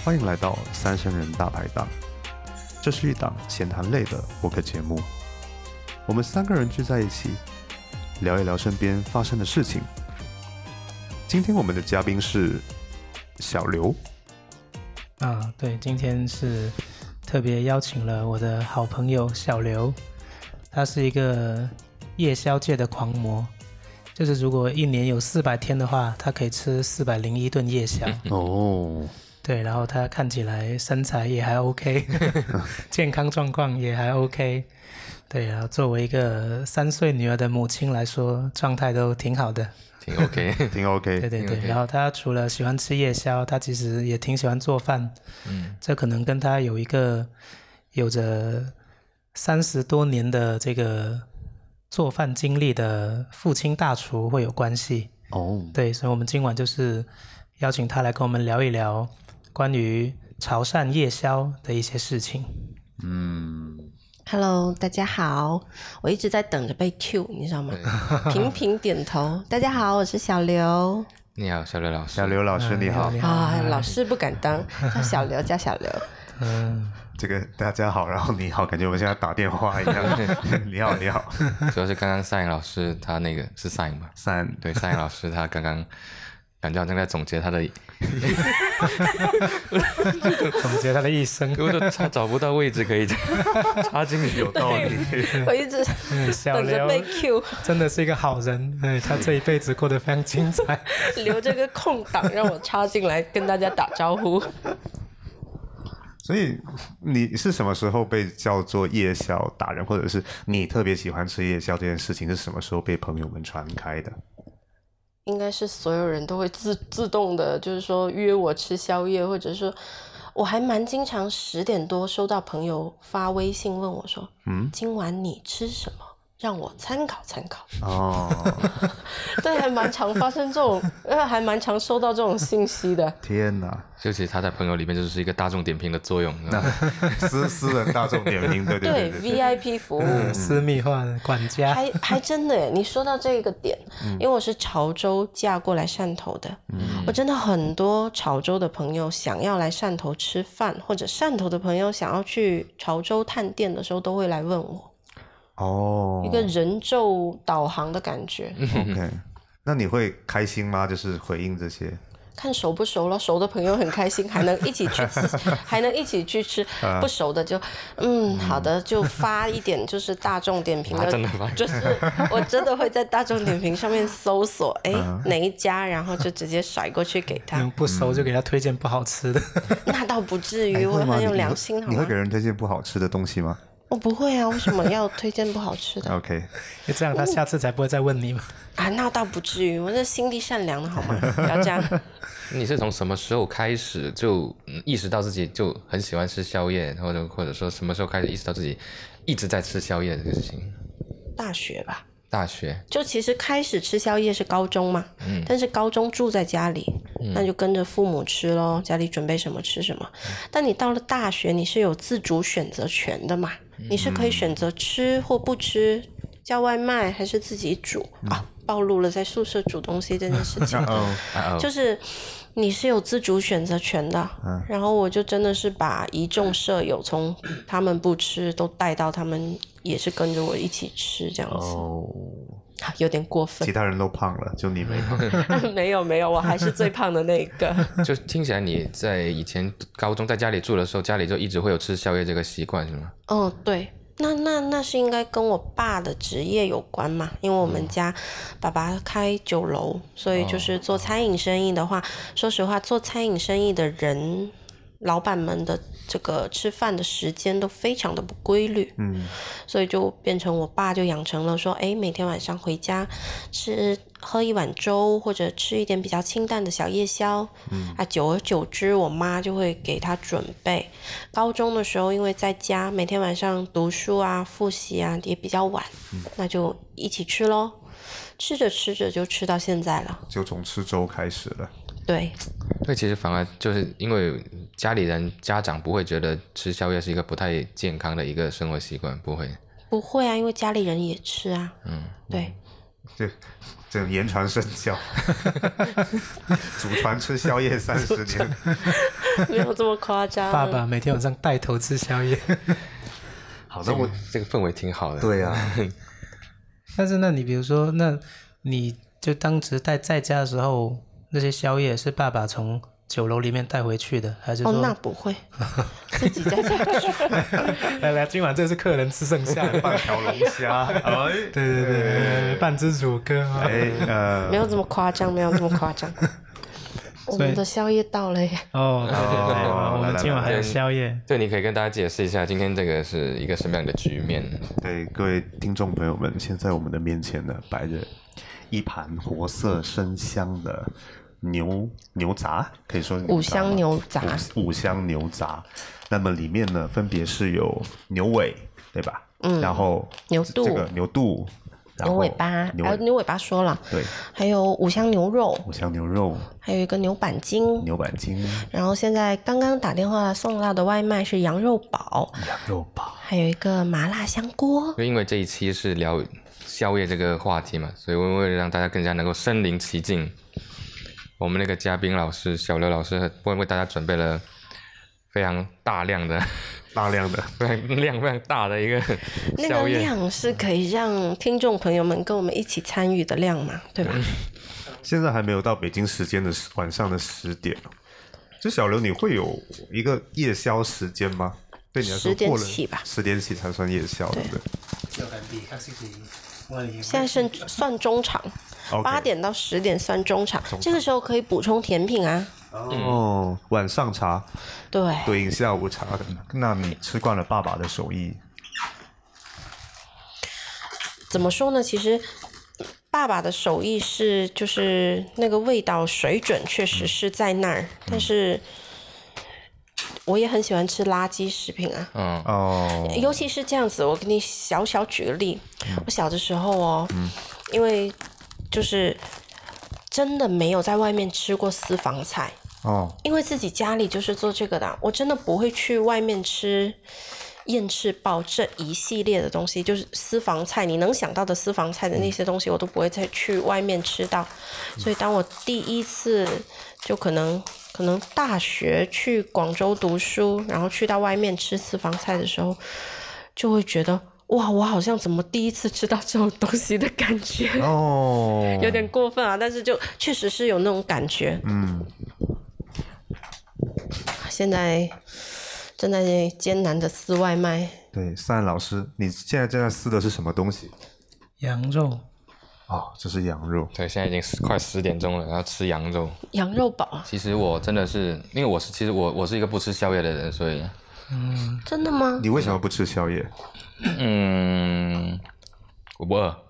欢迎来到三生人大排档，这是一档闲谈类的播客节目。我们3个人聚在一起，聊一聊身边发生的事情。今天我们的嘉宾是小刘。 对，今天是特别邀请了我的好朋友小刘，他是一个夜宵界的狂魔，就是如果一年有400天的话，他可以吃401顿夜宵。 哦， 对，然后他看起来身材也还 OK， 健康状况也还 OK。对，然后作为一个3岁女儿的母亲来说，状态都挺好的。 挺 OK， 挺 OK。 对对对， OK 然后他除了喜欢吃夜宵，他其实也挺喜欢做饭。这可能跟他有着30多年的这个做饭经历的父亲大厨会有关系。对，所以我们今晚就是邀请他来跟我们聊一聊关于潮汕夜宵的一些事情。 Hello， 大家好，我一直在等着被 Q， 你知道吗？频频点头。大家好，我是小刘。 你好，小刘老师。 小刘老师你好。 老师不敢当，叫小刘，叫小刘。 这个大家好，然后你好，感觉我们现在打电话一样。你好，你好。 主要是刚刚赛颖老师他那个是赛颖吗？对，赛颖老师他刚刚感觉好像在总结他的总结他的一生。 我就找不到位置可以插进去。 有道理。 我一直等着被 Q， 真的是一个好人。他这一辈子过得非常精彩。 留这个空档让我插进来跟大家打招呼。 所以你是什么时候被叫做夜宵达人，或者是你特别喜欢吃夜宵这件事情是什么时候被朋友们传开的？ 应该是所有人都会自动的，就是说约我吃宵夜，或者说我还蛮经常10点多收到朋友发微信问我说，今晚你吃什么？让我参考参考。对，还蛮常发生这种，还蛮常收到这种信息的。 天哪！ 就其实他在朋友里面就是一个大众点评的作用。 私人大众点评，对对 VIP 服务， 私密化的管家。 还真的耶，你说到这个点，因为我是潮州嫁过来汕头的，我真的很多潮州的朋友想要来汕头吃饭，或者汕头的朋友想要去潮州探店的时候，都会来问我。一个人肉导航的感觉。 OK， 那你会开心吗？就是回应这些。 看熟不熟了，熟的朋友很开心，还能一起去吃，还能一起去吃。不熟的就好的，就发一点就是大众点评的，就是我真的会在大众点评上面搜索，哪一家，然后就直接甩过去给他。 不熟就给他推荐不好吃的。 那倒不至于，我很有良心。 你会给人推荐不好吃的东西吗？ 我不会啊，为什么要推荐不好吃的 ？OK， 这样他下次才不会再问你嘛。 那倒不至于，我这心地善良的好吗？不要这样。 你是从什么时候开始就意识到自己就很喜欢吃宵夜，或者说什么时候开始意识到自己一直在吃宵夜这个事情？ 大学吧。 大学就其实开始吃宵夜是高中嘛，但是高中住在家里，那就跟着父母吃咯，家里准备什么吃什么。但你到了大学，你是有自主选择权的嘛，你是可以选择吃或不吃，叫外卖还是自己煮暴露了在宿舍煮东西这件事情。就是你是有自主选择权的。然后我就真的是把一众舍友从他们不吃都带到他们也是跟着我一起吃这样子。有点过分。 其他人都胖了，就你没胖。 没有，我还是最胖的那一个。 就听起来你在以前高中在家里住的时候，家里就一直会有吃宵夜这个习惯是吗？ 对。那是应该跟我爸的职业有关嘛，因为我们家爸爸开酒楼，所以就是做餐饮生意的话，说实话做餐饮生意的人老板们的这个吃饭的时间都非常的不规律，所以就变成我爸就养成了说，每天晚上回家喝一碗粥，或者吃一点比较清淡的小夜宵，久而久之我妈就会给他准备。高中的时候因为在家每天晚上读书啊复习啊也比较晚，那就一起吃咯，吃着吃着就吃到现在了， 就从吃粥开始了。 对， 其实反而就是因为家长不会觉得吃宵夜是一个不太健康的一个生活习惯，不会啊， 因为家里人也吃啊。对。 这言传身教，祖传吃宵夜30年， 没有这么夸张。 爸爸每天晚上带头吃宵夜。 好，那我这个氛围挺好的。 对啊， 但是那你比如说，那你就当时在家的时候，那些宵夜是爸爸从酒楼里面带回去的，还是说？ 那不会，自己在家吃。 来，今晚这是客人吃剩下的半条龙虾， 对，半只乳鸽。 没有这么夸张，没有这么夸张。我们的宵夜到了耶！ 对，我们今晚还有宵夜。 对，你可以跟大家解释一下，今天这个是一个什么样的局面？ 对，各位听众朋友们，现在我们的面前呢摆着一盘活色生香的牛杂，可以说五香牛杂， 五香牛杂。那么里面呢，分别是有牛尾，对吧？然后牛肚， 这个牛肚。 牛尾巴，还有牛尾巴说了， 对， 还有五香牛肉，还有一个牛板筋，然后现在刚刚打电话送到的外卖是羊肉堡，还有一个麻辣香锅。 因为这一期是聊宵夜这个话题嘛，所以为了让大家更加能够身临其境，我们那个嘉宾老师小刘老师为大家准备了非常大量的非常大的一个那个量是可以让听众朋友们跟我们一起参与的量嘛，对吧？ 现在还没有到北京时间的晚上的10点。这小刘，你会有一个夜宵时间吗？对你来说， 10点起吧 ，10点起才算夜宵，对不对？ 现在是算中场，8点到10点算中场，这个时候可以补充甜品啊。 晚上茶， 对应下午茶的。那你吃惯了爸爸的手艺， 怎么说呢？其实爸爸的手艺是就是那个味道水准确实是在那儿，但是我也很喜欢吃垃圾食品啊。尤其是这样子，我给你小举个例。我小的时候因为就是真的没有在外面吃过私房菜。因为自己家里就是做这个的，我真的不会去外面吃燕翅爆这一系列的东西，就是私房菜，你能想到的私房菜的那些东西，我都不会再去外面吃到。所以当我第一次就可能大学去广州读书，然后去到外面吃私房菜的时候，就会觉得哇，我好像怎么第一次吃到这种东西的感觉有点过分啊，但是就确实是有那种感觉。现在正在艰难的撕外卖。 对，赛老师，你现在正在撕的是什么东西？ 羊肉。 这是羊肉。 对，现在已经快10点钟了，然后吃羊肉。 羊肉堡。 其实我真的是，因为我是一个不吃宵夜的人，所以。 真的吗？ 你为什么不吃宵夜？ 我不饿。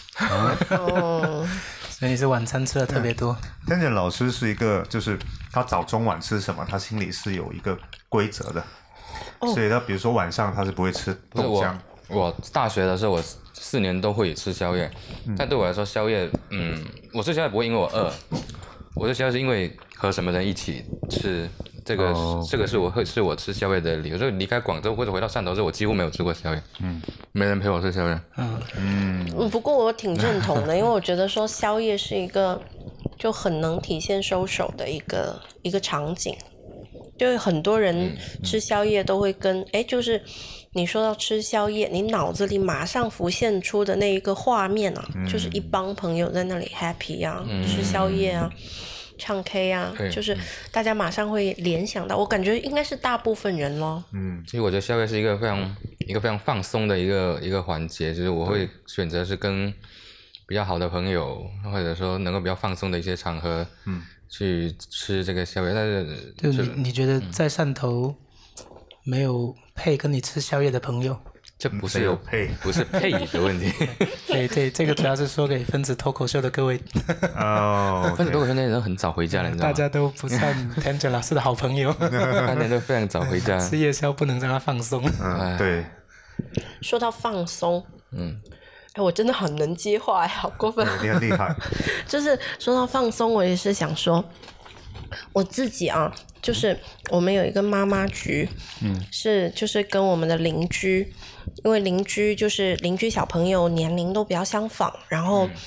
所以你是晚餐吃的特别多。 但是老师是一个，就是他早中晚吃什么，他心里是有一个规则的。所以他比如说晚上他是不会吃豆浆。 我大学的时候我4年都会吃宵夜，但对我来说宵夜，我吃宵夜不会因为我饿，我吃宵夜是因为和什么人一起吃。这个是我吃宵夜的理由。就离开广州或者回到汕头之后，我几乎没有吃过宵夜。没人陪我吃宵夜。 不过我挺认同的，因为我觉得说宵夜是一个就很能体现收手的一个场景。就很多人吃宵夜都会跟就是你说到吃宵夜，你脑子里马上浮现出的那一个画面啊，就是一帮朋友在那里 happy 啊，吃宵夜啊。唱 K 啊，就是大家马上会联想到，我感觉应该是大部分人咯。 其实我觉得宵夜是一个非常放松的一个环节，就是我会选择是跟比较好的朋友，或者说能够比较放松的一些场合，去吃这个宵夜。但是就你觉得在汕头没有配跟你吃宵夜的朋友？ 这不是不是配的问题。 对，这个主要是说给分子脱口秀的各位。 分子脱口秀那人很早回家了，你知道吗？ 大家都不算 Tangent 老师的好朋友。 大家都非常早回家。 吃夜宵不能让他放松。 对。 说到放松，我真的很能接话，好过分。 你很厉害。 就是说到放松，我也是想说，我自己啊，就是我们有一个妈妈局，就是跟我们的邻居，因为邻居小朋友年龄都比较相仿，然后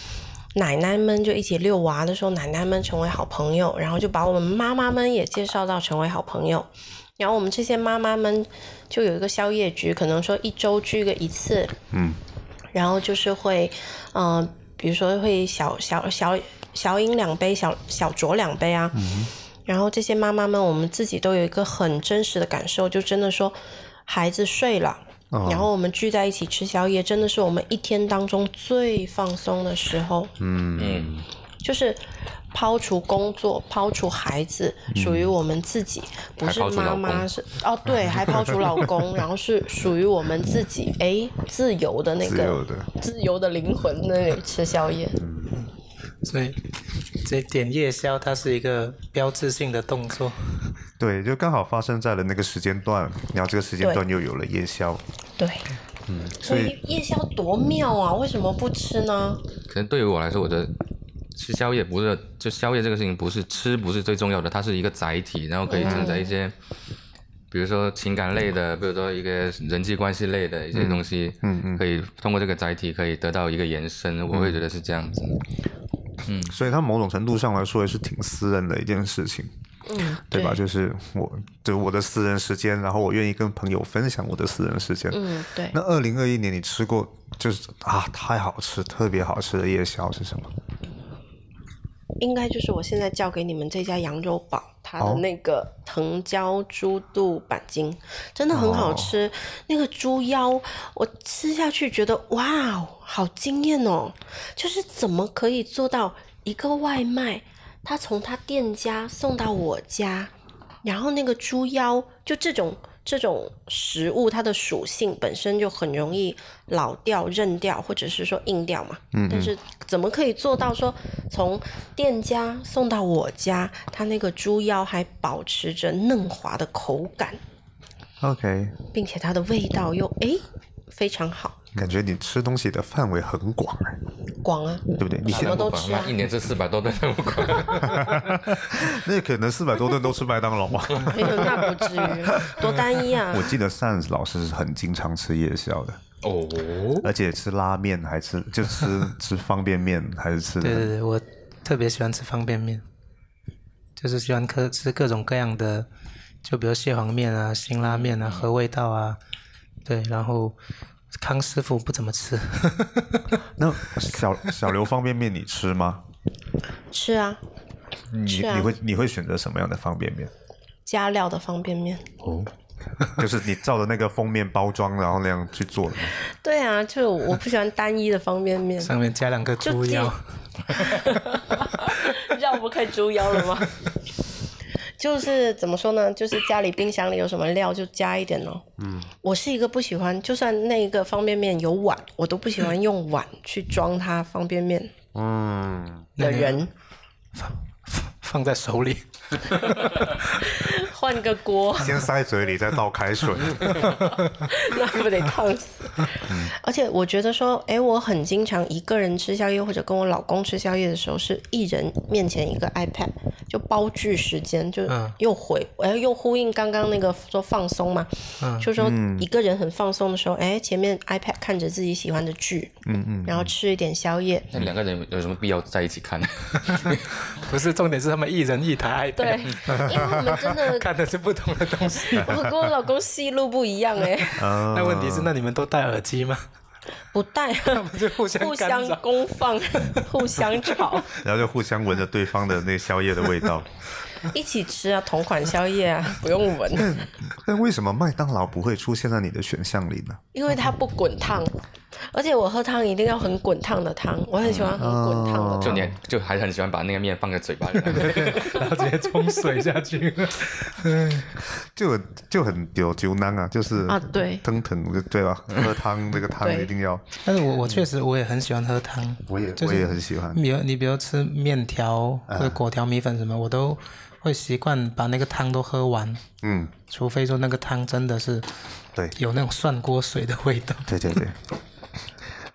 奶奶们就一起遛娃的时候，奶奶们成为好朋友，然后就把我们妈妈们也介绍到成为好朋友。然后我们这些妈妈们就有一个宵夜局，可能说1周聚个1次，然后就是会，比如说会小饮2杯，小酌2杯啊。然后这些妈妈们，我们自己都有一个很真实的感受，就真的说，孩子睡了，然后我们聚在一起吃宵夜，真的是我们一天当中最放松的时候。就是抛除工作，抛除孩子，属于我们自己，不是妈妈是对，还抛除老公，然后是属于我们自己，自由的那个自由的灵魂那里吃宵夜。 所以这点夜宵它是一个标志性的动作。 对，就刚好发生在了那个时间段，然后这个时间段又有了夜宵。 对，所以夜宵多妙啊！为什么不吃呢？ 可能对于我来说，我的吃宵夜不是，就宵夜这个事情不是最重要的，它是一个载体，然后可以承载一些，比如说情感类的，比如说一个人际关系类的一些东西，可以通过这个载体可以得到一个延伸，我会觉得是这样子。 所以它某种程度上来说也是挺私人的一件事情，对吧？就是我的私人时间，然后我愿意跟朋友分享我的私人时间。 对。 那2021年你吃过就是太好吃，特别好吃的夜宵是什么？ 应该就是我现在教给你们这家羊肉堡，它的那个藤椒猪肚板筋，真的很好吃。那个猪腰，我吃下去觉得哇，好惊艳哦！就是怎么可以做到一个外卖，他从他店家送到我家，然后那个猪腰就这种食物，它的属性本身就很容易老掉、韧掉，或者是说硬掉嘛。但是怎么可以做到说从店家送到我家，它那个猪腰还保持着嫩滑的口感 ？OK， 并且它的味道又非常好。 感觉你吃东西的范围很广广啊， 对不对？你什么都吃啊， 一年吃400多顿那么广。 那可能400多顿都吃麦当劳吧？ 那不至于，多单一啊！ 我记得 Sans 老师是很经常吃夜宵的而且吃拉面还吃吃方便面还是吃的。 对，我特别喜欢吃方便面，就是喜欢吃各种各样的，就比如蟹黄面啊、辛拉面啊、合味道啊，对，然后康师傅不怎么吃。 那小刘方便面你吃吗？ 吃啊。 你会选择什么样的方便面？ 加料的方便面。 就是你照着那个封面包装然后那样去做的吗？ 对啊，就我不喜欢单一的方便面。 上面加2个猪腰。 绕不开猪腰了吗？就是怎么说呢，就是家里冰箱里有什么料就加一点哦。我是一个不喜欢，就算那个方便面有碗，我都不喜欢用碗去装它方便面的人。 放在手里。 换个锅， 先塞嘴里再倒开水。 那不得烫死。而且我觉得说我很经常一个人吃宵夜或者跟我老公吃宵夜的时候，是一人面前一个 iPad， 就包聚时间，就又呼应刚刚那个说放松嘛，就说一个人很放松的时候，前面 iPad 看着自己喜欢的剧，然后吃一点宵夜。 那2个人有什么必要在一起看？ 不是，重点是他们一人一台 iPad。 对，因为我们真的看的是不同的东西。 我跟我老公戏路不一样那问题是，那你们都戴耳机吗？ 不戴， 他们就互相公放，互相吵， 然后就互相闻着对方的那个宵夜的味道。 一起吃啊，同款宵夜啊，不用闻。 但为什么麦当劳不会出现在你的选项里呢？ 因为它不滚烫，而且我喝汤一定要很滚烫的汤，我很喜欢很滚烫的汤。 就还很喜欢把那个面放在嘴巴里， 然后直接冲水下去。 就很有酒囊啊，就是对， 腾对吧？喝汤这个汤一定要。 但是我确实我也很喜欢喝汤， 我也很喜欢。 你比如吃面条或者果条米粉什么，我都会习惯把那个汤都喝完。除非说那个汤真的是有那种涮锅水的味道。 对。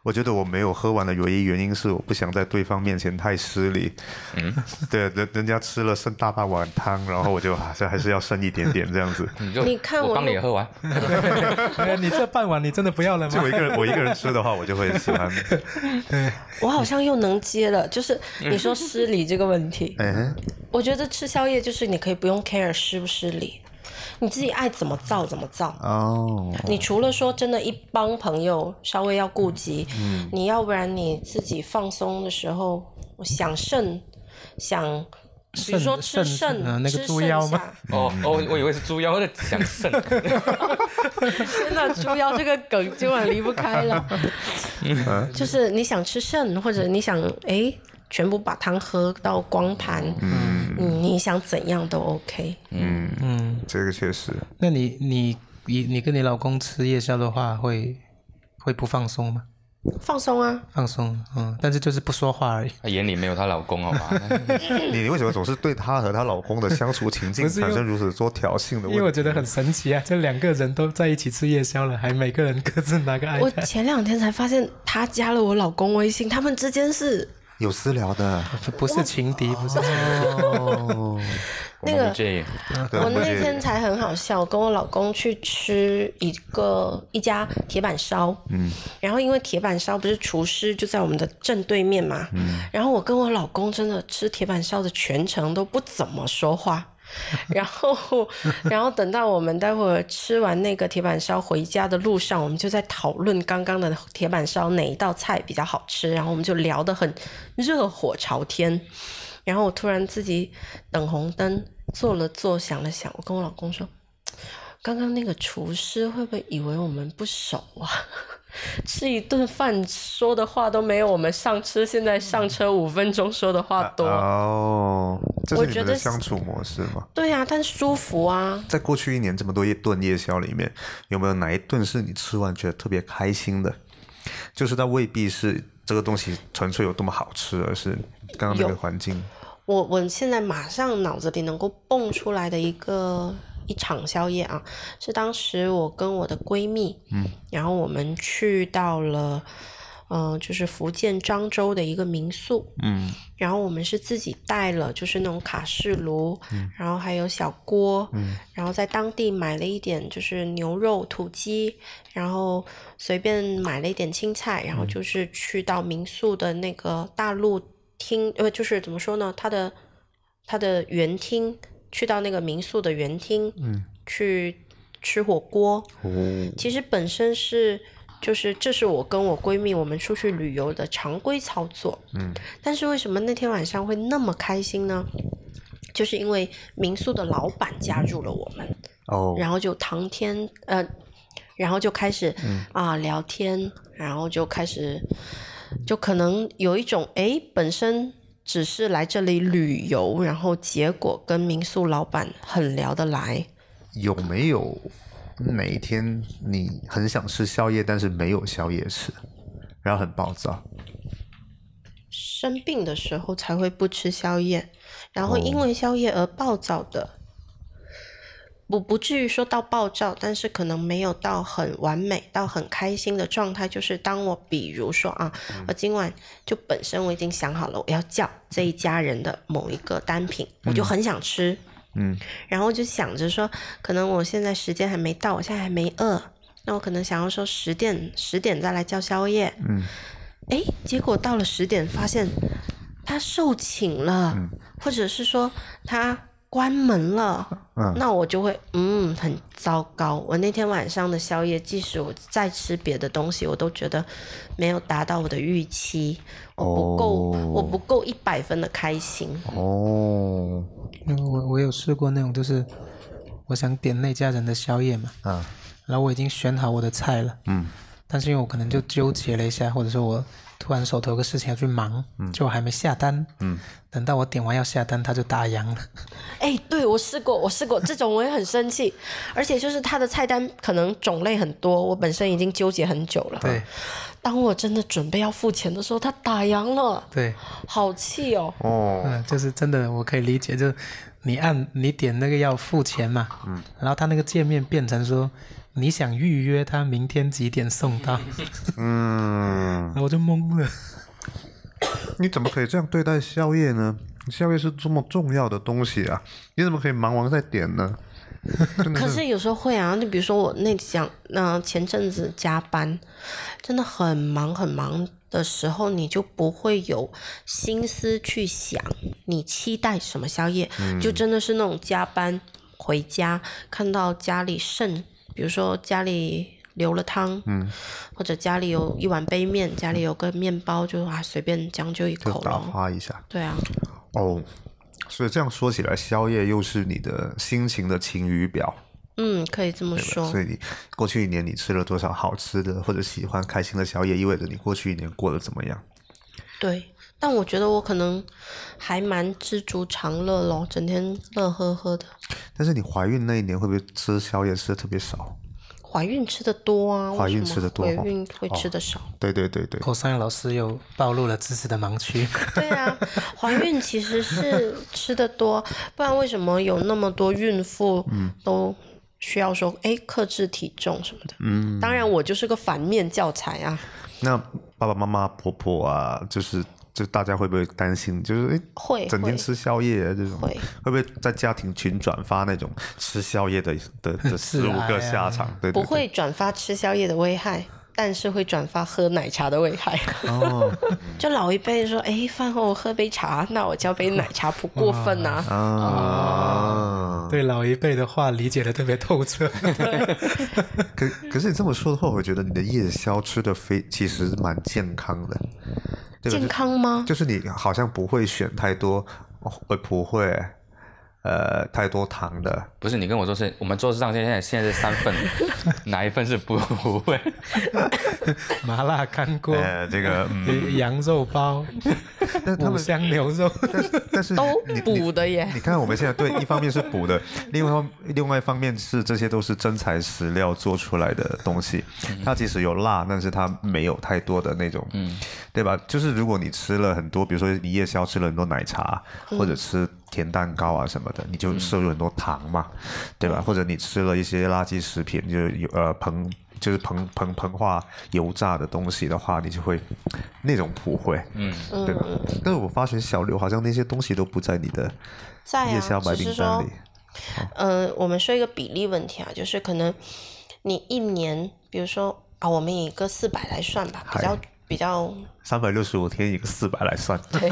我觉得我没有喝完的唯一原因是我不想在对方面前太失礼。对，人家吃了剩大半碗汤，然后我就还是要剩一点点这样子。 你看我帮你也喝完。 你这半碗你真的不要了吗？ 就我一个人吃的话，我就会喜欢。 我好像又能接了，就是你说失礼这个问题，我觉得吃宵夜就是你可以不用 care 失不失礼。你自己爱怎么造怎么造哦。你除了说真的一帮朋友稍微要顾及，你要不然你自己放松的时候想剩想，比如说吃剩那个猪腰吗？ 我以为是猪腰的想剩。 真的猪腰这个梗今晚离不开了。就是你想吃剩，或者你想全部把汤喝到光盘，你想怎样都 OK。 这个确实。 那你跟你老公吃夜宵的话，会不放松吗？ 放松啊， 放松，但是就是不说话而已。 她眼里没有她老公，好吧？ 你为什么总是对她和她老公的相处情境产生如此多挑衅的问题？ 因为我觉得很神奇啊，这2个人都在一起吃夜宵了，还每个人各自拿个 iPad。 我前2天才发现他加了我老公微信，他们之间是有私聊的， 不是情敌，不是情敌。 那个，我那天才很好笑，我跟我老公去吃一家铁板烧，然后因为铁板烧不是厨师就在我们的正对面嘛，然后我跟我老公真的吃铁板烧的全程都不怎么说话。然后等到我们待会儿吃完那个铁板烧回家的路上，我们就在讨论刚刚的铁板烧哪一道菜比较好吃，然后我们就聊得很热火朝天。然后我突然自己等红灯坐了坐，想了想，我跟我老公说，刚刚那个厨师会不会以为我们不熟啊？吃一顿饭说的话都没有我们现在上车5分钟说的话多。 这是你们的相处模式吗？ 对啊，但舒服啊。 在过去1年这么多顿夜宵里面，有没有哪一顿是你吃完觉得特别开心的？就是它未必是这个东西纯粹有多么好吃，而是刚刚那个环境。 我现在马上脑子里能够蹦出来的一场宵夜啊，是当时我跟我的闺蜜，然后我们去到了就是福建漳州的一个民宿，然后我们是自己带了就是那种卡式炉，然后还有小锅，然后在当地买了一点就是牛肉土鸡，然后随便买了一点青菜，然后就是去到民宿的那个大陆厅，就是怎么说呢，它的园厅，去到那个民宿的园厅，去吃火锅。其实本身就是这是我跟我闺蜜我们出去旅游的常规操作。但是为什么那天晚上会那么开心呢？就是因为民宿的老板加入了我们，然后就然后就开始聊天，然后就开始就可能有一种本身只是来这里旅游，然后结果跟民宿老板很聊得来。 有没有哪一天你很想吃宵夜，但是没有宵夜吃，然后很暴躁？ 生病的时候才会不吃宵夜，然后因为宵夜而暴躁的，不至于说到暴躁，但是可能没有到很完美到很开心的状态。就是当我比如说我今晚就本身我已经想好了我要叫这一家人的某一个单品，我就很想吃，然后就想着说可能我现在时间还没到，我现在还没饿，那我可能想要说10点再来叫宵夜，结果到了10点发现他售罄了，或者是说他关门了，那我就会很糟糕。我那天晚上的宵夜，即使我再吃别的东西，我都觉得没有达到我的预期，我不够100分的开心。 我有试过那种，就是我想点那家人的宵夜嘛，然后我已经选好我的菜了，但是因为我可能就纠结了一下，或者说我突然手头有个事情要去忙，就我还没下单，等到我点完要下单，他就打烊了。 对，我试过这种，我也很生气，而且就是他的菜单可能种类很多，我本身已经纠结很久了。 对， 当我真的准备要付钱的时候，他打烊了。 对， 好气哦。 就是真的，我可以理解，就是你点那个要付钱嘛，然后他那个界面变成说你想预约他明天几点送到， 我就懵了。 你怎么可以这样对待宵夜呢？宵夜是这么重要的东西啊，你怎么可以忙完再点呢？ 可是有时候会啊，你比如说我前阵子加班，真的很忙很忙的时候，你就不会有心思去想你期待什么宵夜，就真的是那种加班回家看到家里剩，比如说家里留了汤，或者家里有一碗杯面，家里有个面包，就随便将就一口就打发一下。 对啊。 所以这样说起来，宵夜又是你的心情的晴雨表。 可以这么说。 所以你过去一年你吃了多少好吃的或者喜欢开心的宵夜，意味着你过去一年过得怎么样？ 对，但我觉得我可能还蛮知足常乐咯，整天乐呵呵的。 但是你怀孕那一年会不会吃宵夜吃的特别少？ 怀孕吃的多啊， 怀孕吃的多， 怀孕会吃的少。 对。 口山老师又暴露了知识的盲区。 对啊，怀孕其实是吃的多，不然为什么有那么多孕妇都需要说克制体重什么的？当然我就是个反面教材啊。 那爸爸妈妈婆婆啊，就大家会不会担心？就是会整天吃宵夜这种， 会不会在家庭群转发那种吃宵夜的15个下场？对， 不会转发吃宵夜的危害，但是会转发喝奶茶的危害。就老一辈说，饭后喝杯茶，那我叫杯奶茶不过分啊。 对老一辈的话理解的特别透彻。 可是你这么说的话，我觉得你的夜宵吃的其实蛮健康的。 健康吗？ 就是你好像不会选太多，不会，太多糖的。 不是，你跟我说是我们桌子上现在是3份，哪一份是不会？ 麻辣干锅， 这个羊肉包，五香牛肉， 但是都补的耶。 你看我们现在对，一方面是补的，另外一方面是这些都是真材实料做出来的东西。它即使有辣，但是它没有太多的那种，对吧？就是如果你吃了很多，比如说你夜宵吃了很多奶茶，或者吃甜蛋糕啊什么的，你就摄入很多糖嘛，对吧？或者你吃了一些垃圾食品，就是膨化油炸的东西的话，你就会那种不会，对吧？但是我发现小刘好像那些东西都不在你的夜宵白名单里。 我们说一个比例问题啊，就是可能你一年，比如说我们以一个400来算吧，比较 365天一个400来算。 对，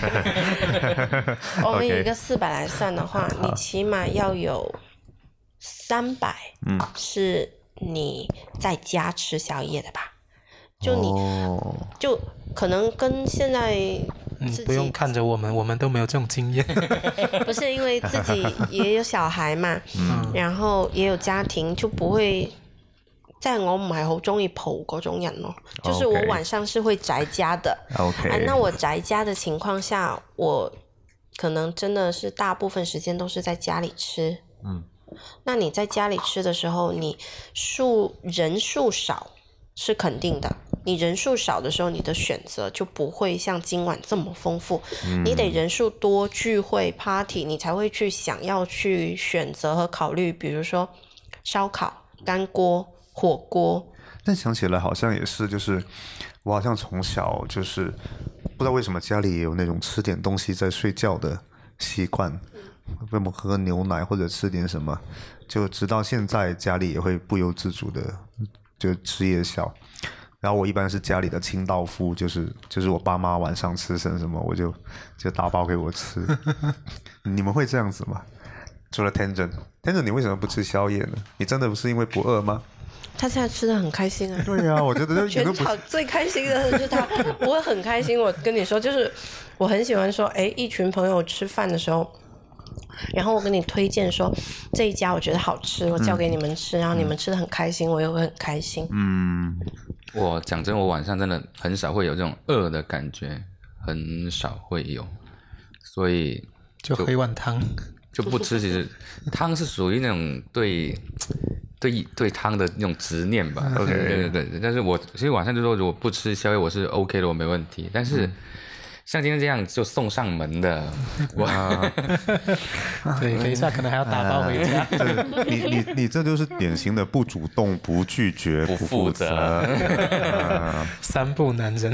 我们以一个400来算的话，你起码要有300，是你在家吃宵夜的吧？就可能跟现在自己不用看着我们都没有这种经验。 不是因为自己也有小孩嘛，然後也有家庭，就不會即係我唔係好中意蒲嗰種人咯，就是我晚上是會宅家的。那我宅家的情況下，我可能真的是大部分時間都是在家裡吃。那你在家裡吃的時候，你人數少是肯定的。你人數少的時候，你的選擇就不會像今晚這麼豐富。你得人數多，聚會 party， 你才會去想要去選擇和考慮，比如說燒烤、乾鍋、火鍋。 但想起來好像也是，就是我好像從小就是不知道為什麼家裡也有那種吃點東西再睡覺的習慣，為什麼喝牛奶或者吃點什麼，就直到現在家裡也會不由自主的就吃夜宵。然後我一般是家裡的清道夫，就是我爸媽晚上吃剩什麼，我就打包給我吃。你們會這樣子嗎？除了 Tangent， 你為什麼不吃宵夜呢？你真的不是因為不餓嗎？ 他現在吃得很開心啊。 對啊，我覺得全場最開心的就是他，我會很開心。我跟你說，就是我很喜歡說，一群朋友吃飯的時候，然後我跟你推薦說這一家我覺得好吃，我叫給你們吃，然後你們吃得很開心，我也會很開心。 我講真，我晚上真的很少會有這種餓的感覺，很少會有，所以就喝一碗湯就不吃。其實湯是屬於那種對湯的那種執念吧。對。但是我其實晚上就說，如果不吃宵夜我是 OK 的，我沒問題。但是像今天这样就送上门的， 对，等一下可能还要打包回家。 你这就是典型的不主动、不拒绝、不负责。 三不男人。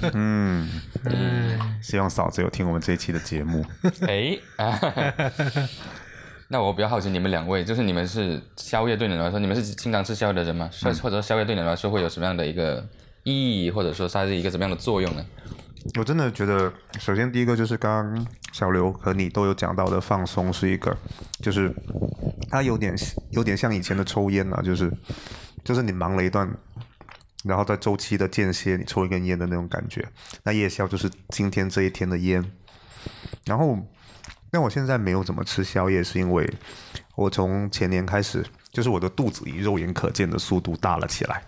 希望嫂子有听我们这一期的节目。 那我比较好奇，你们两位，就是你们是宵夜对你们来说，你们是经常吃宵夜的人吗？或者说宵夜对你们来说会有什么样的一个意义，或者说它是一个什么样的作用呢？ 我真的觉得，首先第一个就是刚刚小刘和你都有讲到的放松是一个，就是它有点像以前的抽烟啊，就是你忙了一段，然后在周期的间歇，你抽一根烟的那种感觉。那夜宵就是今天这一天的烟。然后，但我现在没有怎么吃宵夜，是因为我从前年开始，就是我的肚子以肉眼可见的速度大了起来。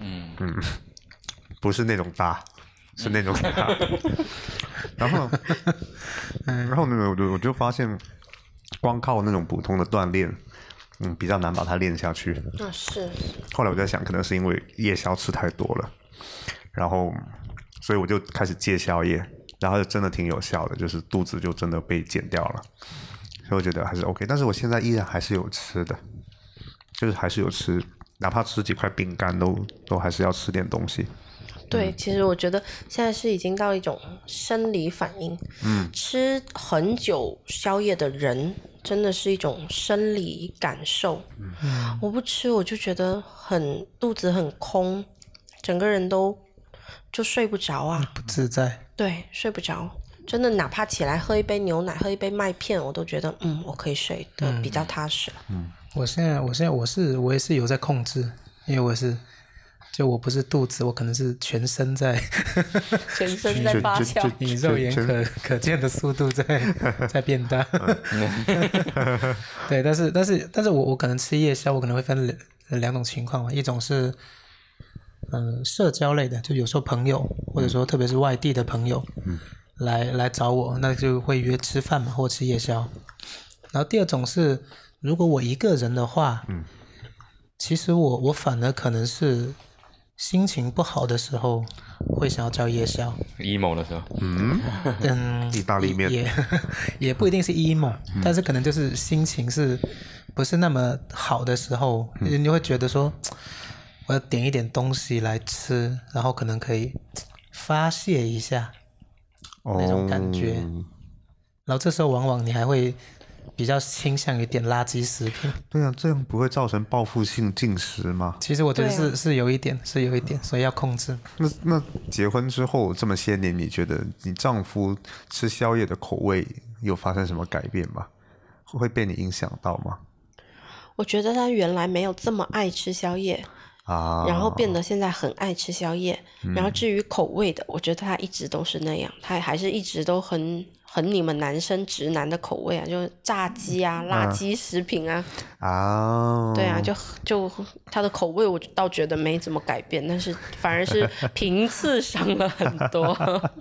不是那种大。是那种然后呢，我就发现，光靠那种普通的锻炼，比较难把它练下去。 是。 后来我在想，可能是因为夜宵吃太多了，然后，所以我就开始戒宵夜，然后就真的挺有效的，就是肚子就真的被减掉了，所以我觉得还是 OK。但是我现在依然还是有吃的，就是还是有吃，哪怕吃几块饼干都还是要吃点东西。 对，其实我觉得现在是已经到一种生理反应。吃很久宵夜的人真的是一种生理感受。我不吃我就觉得肚子很空，整个人都就睡不着啊， 不自在。 对，睡不着。真的哪怕起来喝一杯牛奶，喝一杯麦片，我都觉得我可以睡得比较踏实。 我现在我也是有在控制，因为我不是肚子，我可能是全身在全身在发酵， 以肉眼可见的速度在变大。对，但是我可能吃夜宵，我可能会分两种情况嘛，一种是社交类的，就有时候朋友或者说特别是外地的朋友来找我，那就会约吃饭嘛，或吃夜宵。然后第二种是如果我一个人的话，其实我反而可能是心情不好的时候会想要叫夜宵 emo 的时候意大利面也不一定是 emo，但是可能就是心情是不是那么好的时候，你会觉得说我要点一点东西来吃，然后可能可以发泄一下那种感觉。然后这时候往往你还会比较倾向于点垃圾食品。 对啊，这样不会造成报复性进食吗？ 其实我觉得是有一点，所以要控制。 那结婚之后这么些年，你觉得你丈夫吃宵夜的口味有发生什么改变吗？会被你影响到吗？ 我觉得他原来没有这么爱吃宵夜然后变得现在很爱吃宵夜。然后至于口味的，我觉得他一直都是那样，他还是一直都很你们男生直男的口味啊，就是炸鸡啊、辣鸡食品啊。对啊，就他的口味我倒觉得没怎么改变，但是反而是频次上了很多。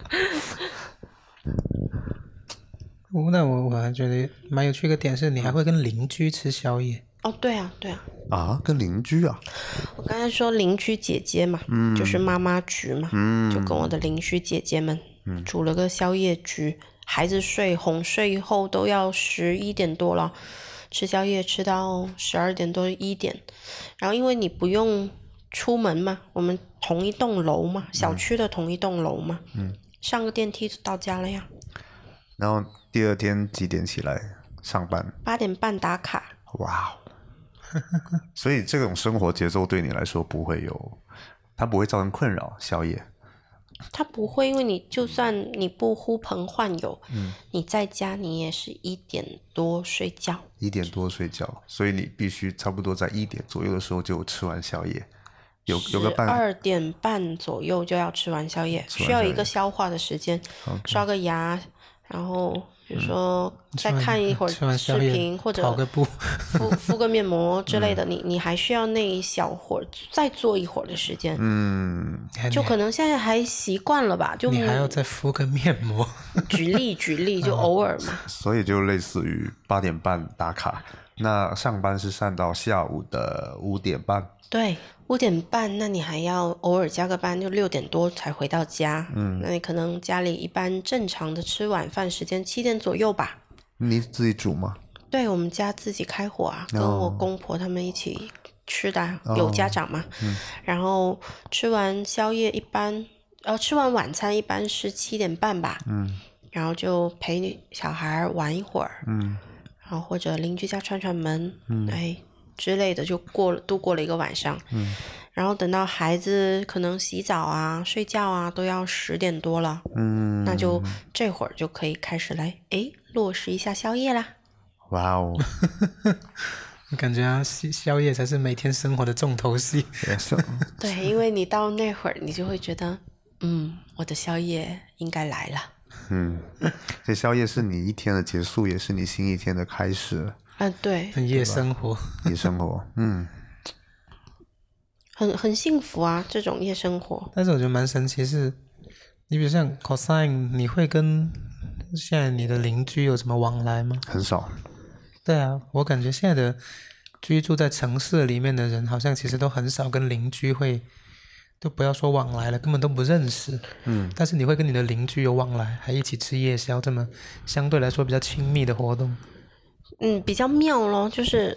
那我还觉得蛮有趣的点是，你还会跟邻居吃宵夜。 对啊。 跟邻居啊？ 我刚才说邻居姐姐嘛，就是妈妈局嘛，就跟我的邻居姐姐们煮了个宵夜局，孩子哄睡以后都要11点多了，吃宵夜吃到12点多1点，然后因为你不用出门嘛，我们同一栋楼嘛，小区的同一栋楼嘛，上个电梯就到家了呀。 然后第二天几点起来上班？8 点半打卡。 哇所以这种生活节奏对你来说它不会造成困扰，宵夜？ 它不会，因为你就算你不呼朋唤友，你在家你也是1点多睡觉。1 点多睡觉，所以你必须差不多在1点左右的时候就吃完宵夜。有个 12点半左右就要吃完宵夜，需要一个消化的时间，刷个牙，然后比如说再看一会儿视频，或者敷个面膜之类的，你还需要那一小会儿再做一会儿的时间。就可能现在还习惯了吧，就你还要再敷个面膜。 举例就偶尔嘛。 所以就类似于8点半打卡，那上班是上到下午的5点半。 对，5点半，那你还要偶尔加个班，就6点多才回到家。那你可能家里一般正常的吃晚饭时间7点左右吧。 你自己煮吗？ 对，我们家自己开火啊，跟我公婆他们一起吃的，有家长嘛。然后吃完宵夜一般，吃完晚餐一般是7点半吧。然后就陪小孩玩一会儿。然后或者邻居家串串门，之类的，就度过了一个晚上。然后等到孩子可能洗澡啊、睡觉啊，都要10点多了。那就这会儿就可以开始来落实一下宵夜啦。 哇哦！ 我感觉宵夜才是每天生活的重头戏。 对，因为你到那会儿，你就会觉得，我的宵夜应该来了。 这宵夜是你一天的结束，也是你新一天的开始。 对， 夜生活， 夜生活， 很幸福啊，这种夜生活。 但是我觉得蛮神奇是，你比如像 cosine， 你会跟现在你的邻居有什么往来吗？ 很少。 对啊，我感觉现在的居住在城市里面的人，好像其实都很少跟邻居会，都不要说往来了，根本都不认识。但是你会跟你的邻居有往来，还一起吃夜宵，这么相对来说比较亲密的活动。 比较妙咯，就是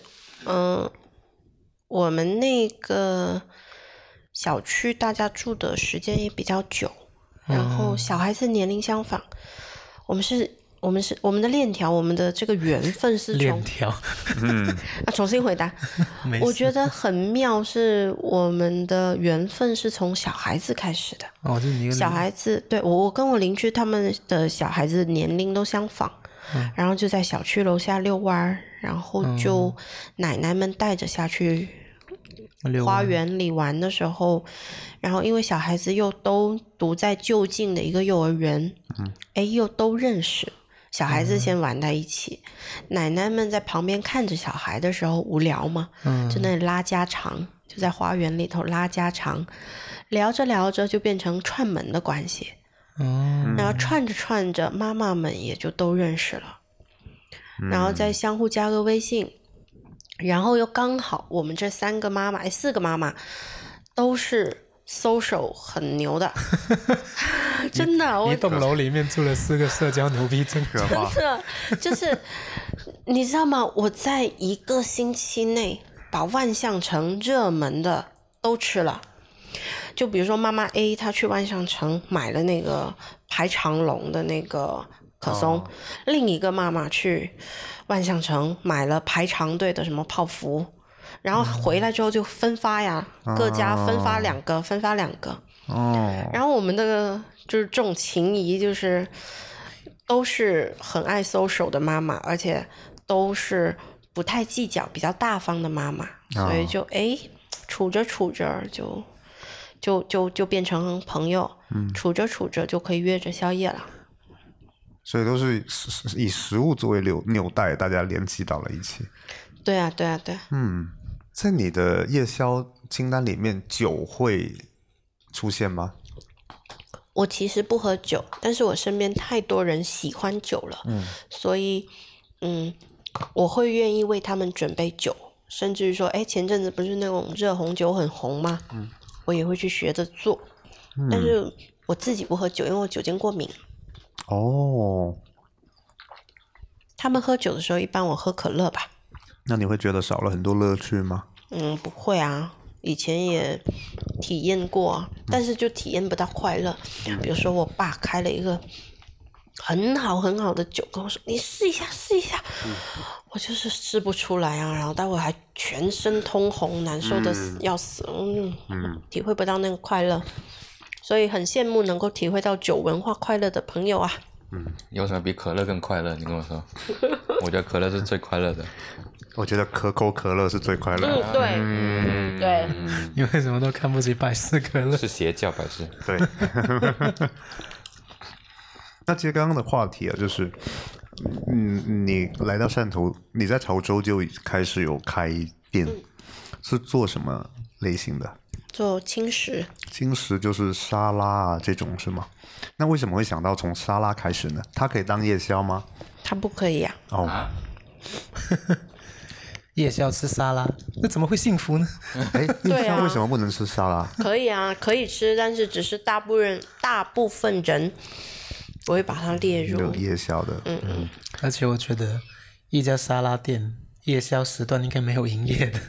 我们那个小区大家住的时间也比较久，然后小孩子年龄相仿，我们的链条，我们的这个缘分是从链条。 重新回答。我觉得很妙，是我们的缘分是从小孩子开始的。 就是你小孩子，对，我跟我邻居他们的小孩子年龄都相仿。然后就在小区楼下遛弯，然后就奶奶们带着下去花园里玩的时候，然后因为小孩子又都读在就近的一个幼儿园，又都认识，小孩子先玩在一起，奶奶们在旁边看着小孩的时候无聊嘛，就那里拉家常，就在花园里头拉家常，聊着聊着就变成串门的关系。然后串着串着，妈妈们也就都认识了，然后再相互加个微信，然后又刚好我们这4个妈妈都是 social 很牛的。真的， 一栋楼里面住了4个社交牛逼症。 真的就是你知道吗？我在1个星期内把万象城热门的都吃了。就比如说妈妈 A 她去万象城买了那个排长龙的那个可颂，另一个妈妈去万象城买了排长队的什么泡芙，然后回来之后就分发呀，各家分发2个，分发2个。然后我们的就是这种情谊，就是都是很爱 social 的妈妈，而且都是不太计较、比较大方的妈妈，所以就处着处着就变成朋友，处着处着就可以约着宵夜了。 所以都是以食物作为纽带，大家联系到了一起。 对啊。 在你的夜宵清单里面，酒会出现吗？ 我其实不喝酒，但是我身边太多人喜欢酒了，所以我会愿意为他们准备酒，甚至于说，前阵子不是那种热红酒很红吗？我也会去学着做，但是我自己不喝酒，因为我酒精过敏。他们喝酒的时候，一般我喝可乐吧。 那你会觉得少了很多乐趣吗？ 不会啊，以前也体验过，但是就体验不到快乐。比如说我爸开了一个很好很好的酒，跟我说你试一下试一下，我就是试不出来啊，然后待会还全身通红，难受的要死，体会不到那个快乐，所以很羡慕能够体会到酒文化快乐的朋友啊。 有什么比可乐更快乐？你跟我说。我觉得可乐是最快乐的。 我觉得可口可乐是最快乐的。 对。 你为什么都看不起百事可乐？ 是邪教百事。 对。那接刚刚的话题啊，就是你来到汕头，你在潮州就开始有开店，是做什么类型的？ 做轻食。 轻食就是沙拉啊这种是吗？那为什么会想到从沙拉开始呢？它可以当夜宵吗？ 它不可以啊。 夜宵吃沙拉，那怎么会幸福呢？ 夜宵为什么不能吃沙拉？ 可以啊，可以吃，但是只是大部分人不会把它列入夜宵的。 而且我觉得一家沙拉店夜宵时段应该没有营业的。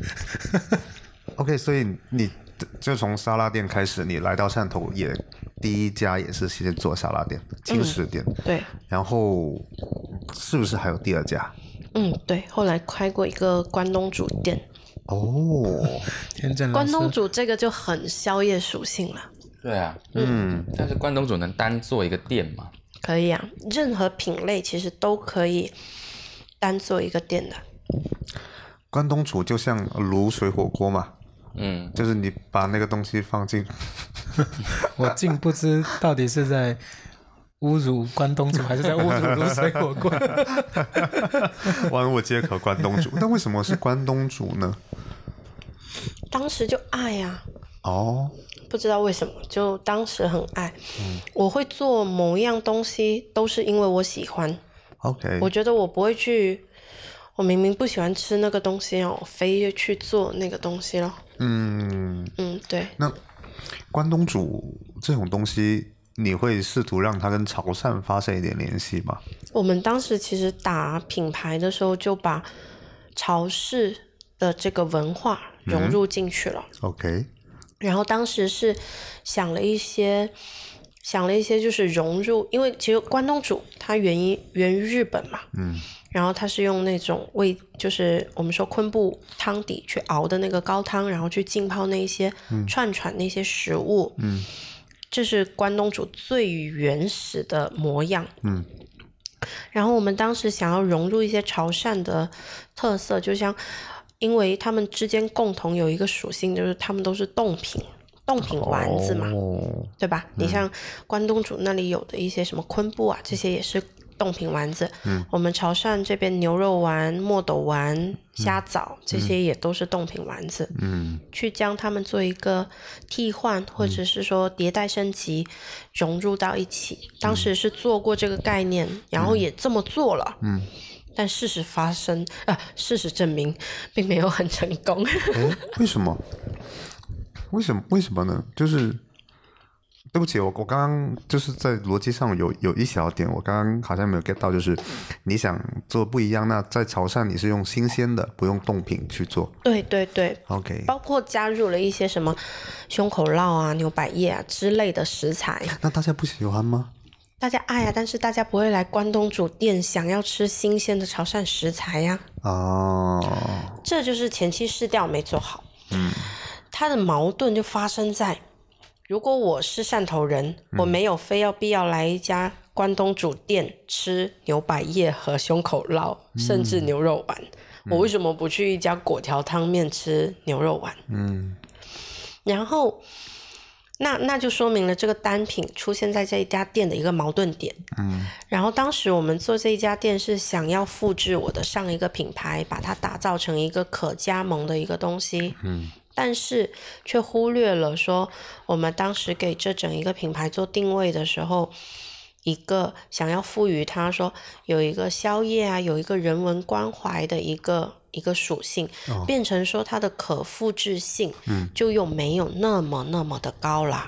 OK， 所以你就从沙拉店开始，你来到汕头第一家也是先做沙拉店，轻食店。 对。 然后是不是还有第二家？ 对，后来开过一个关东煮店。 天正关东煮这个就很宵夜属性了。 对啊，但是关东煮能单做一个店吗？ 可以啊，任何品类其实都可以单做一个店的。 关东煮就像卤水火锅嘛，就是你把那个东西放进。 我竟不知到底是在侮辱关东煮还是在侮辱卤水火锅。 万物皆可关东煮，但为什么是关东煮呢？ 当时就爱啊。不知道为什么，就当时很爱。我会做某一样东西都是因为我喜欢。 OK， 我觉得我不会去，我明明不喜欢吃那个东西哦，我非去做那个东西了。对。 那关东煮这种东西，你会试图让它跟潮汕发生一点联系吗？ 我们当时其实打品牌的时候，就把潮式的这个文化融入进去了。 OK。 然后当时是想了一些就是融入，因为其实关东煮它源于日本嘛，然后它是用那种就是我们说昆布汤底去熬的那个高汤，然后去浸泡那些串那些食物，这是关东煮最原始的模样。然后我们当时想要融入一些潮汕的特色，就像因为他们之间共同有一个属性，就是他们都是冻品丸子嘛，对吧？你像关东煮那里有的一些什么昆布啊，这些也是冻品丸子。我们潮汕这边牛肉丸、墨斗丸、虾枣这些也都是冻品丸子。去将它们做一个替换，或者是说迭代升级，融入到一起。当时是做过这个概念，然后也这么做了。但事实证明并没有很成功。 为什么？为什么呢？就是对不起，我刚刚就是在逻辑上有一小点，我刚刚好像没有 get 到，就是你想做不一样，那在潮汕你是用新鲜的，不用冻品去做。 对 OK， 包括加入了一些什么胸口烙啊、牛百叶啊之类的食材。 那大家不喜欢吗？ 大家爱啊，但是大家不会来关东煮店想要吃新鲜的潮汕食材呀。这就是前期市调没做好。它的矛盾就发生在，如果我是汕头人，我没有必要来一家关东煮店吃牛百叶和胸口烙，甚至牛肉丸。我为什么不去一家粿条汤面吃牛肉丸？然后那就说明了这个单品出现在这一家店的一个矛盾点。然后当时我们做这一家店是想要复制我的上一个品牌，把它打造成一个可加盟的一个东西。但是却忽略了说，我们当时给这整一个品牌做定位的时候，一个想要赋予它说有一个宵夜啊，有一个人文关怀的一个属性，变成说它的可复制性，就又没有那么的高啦。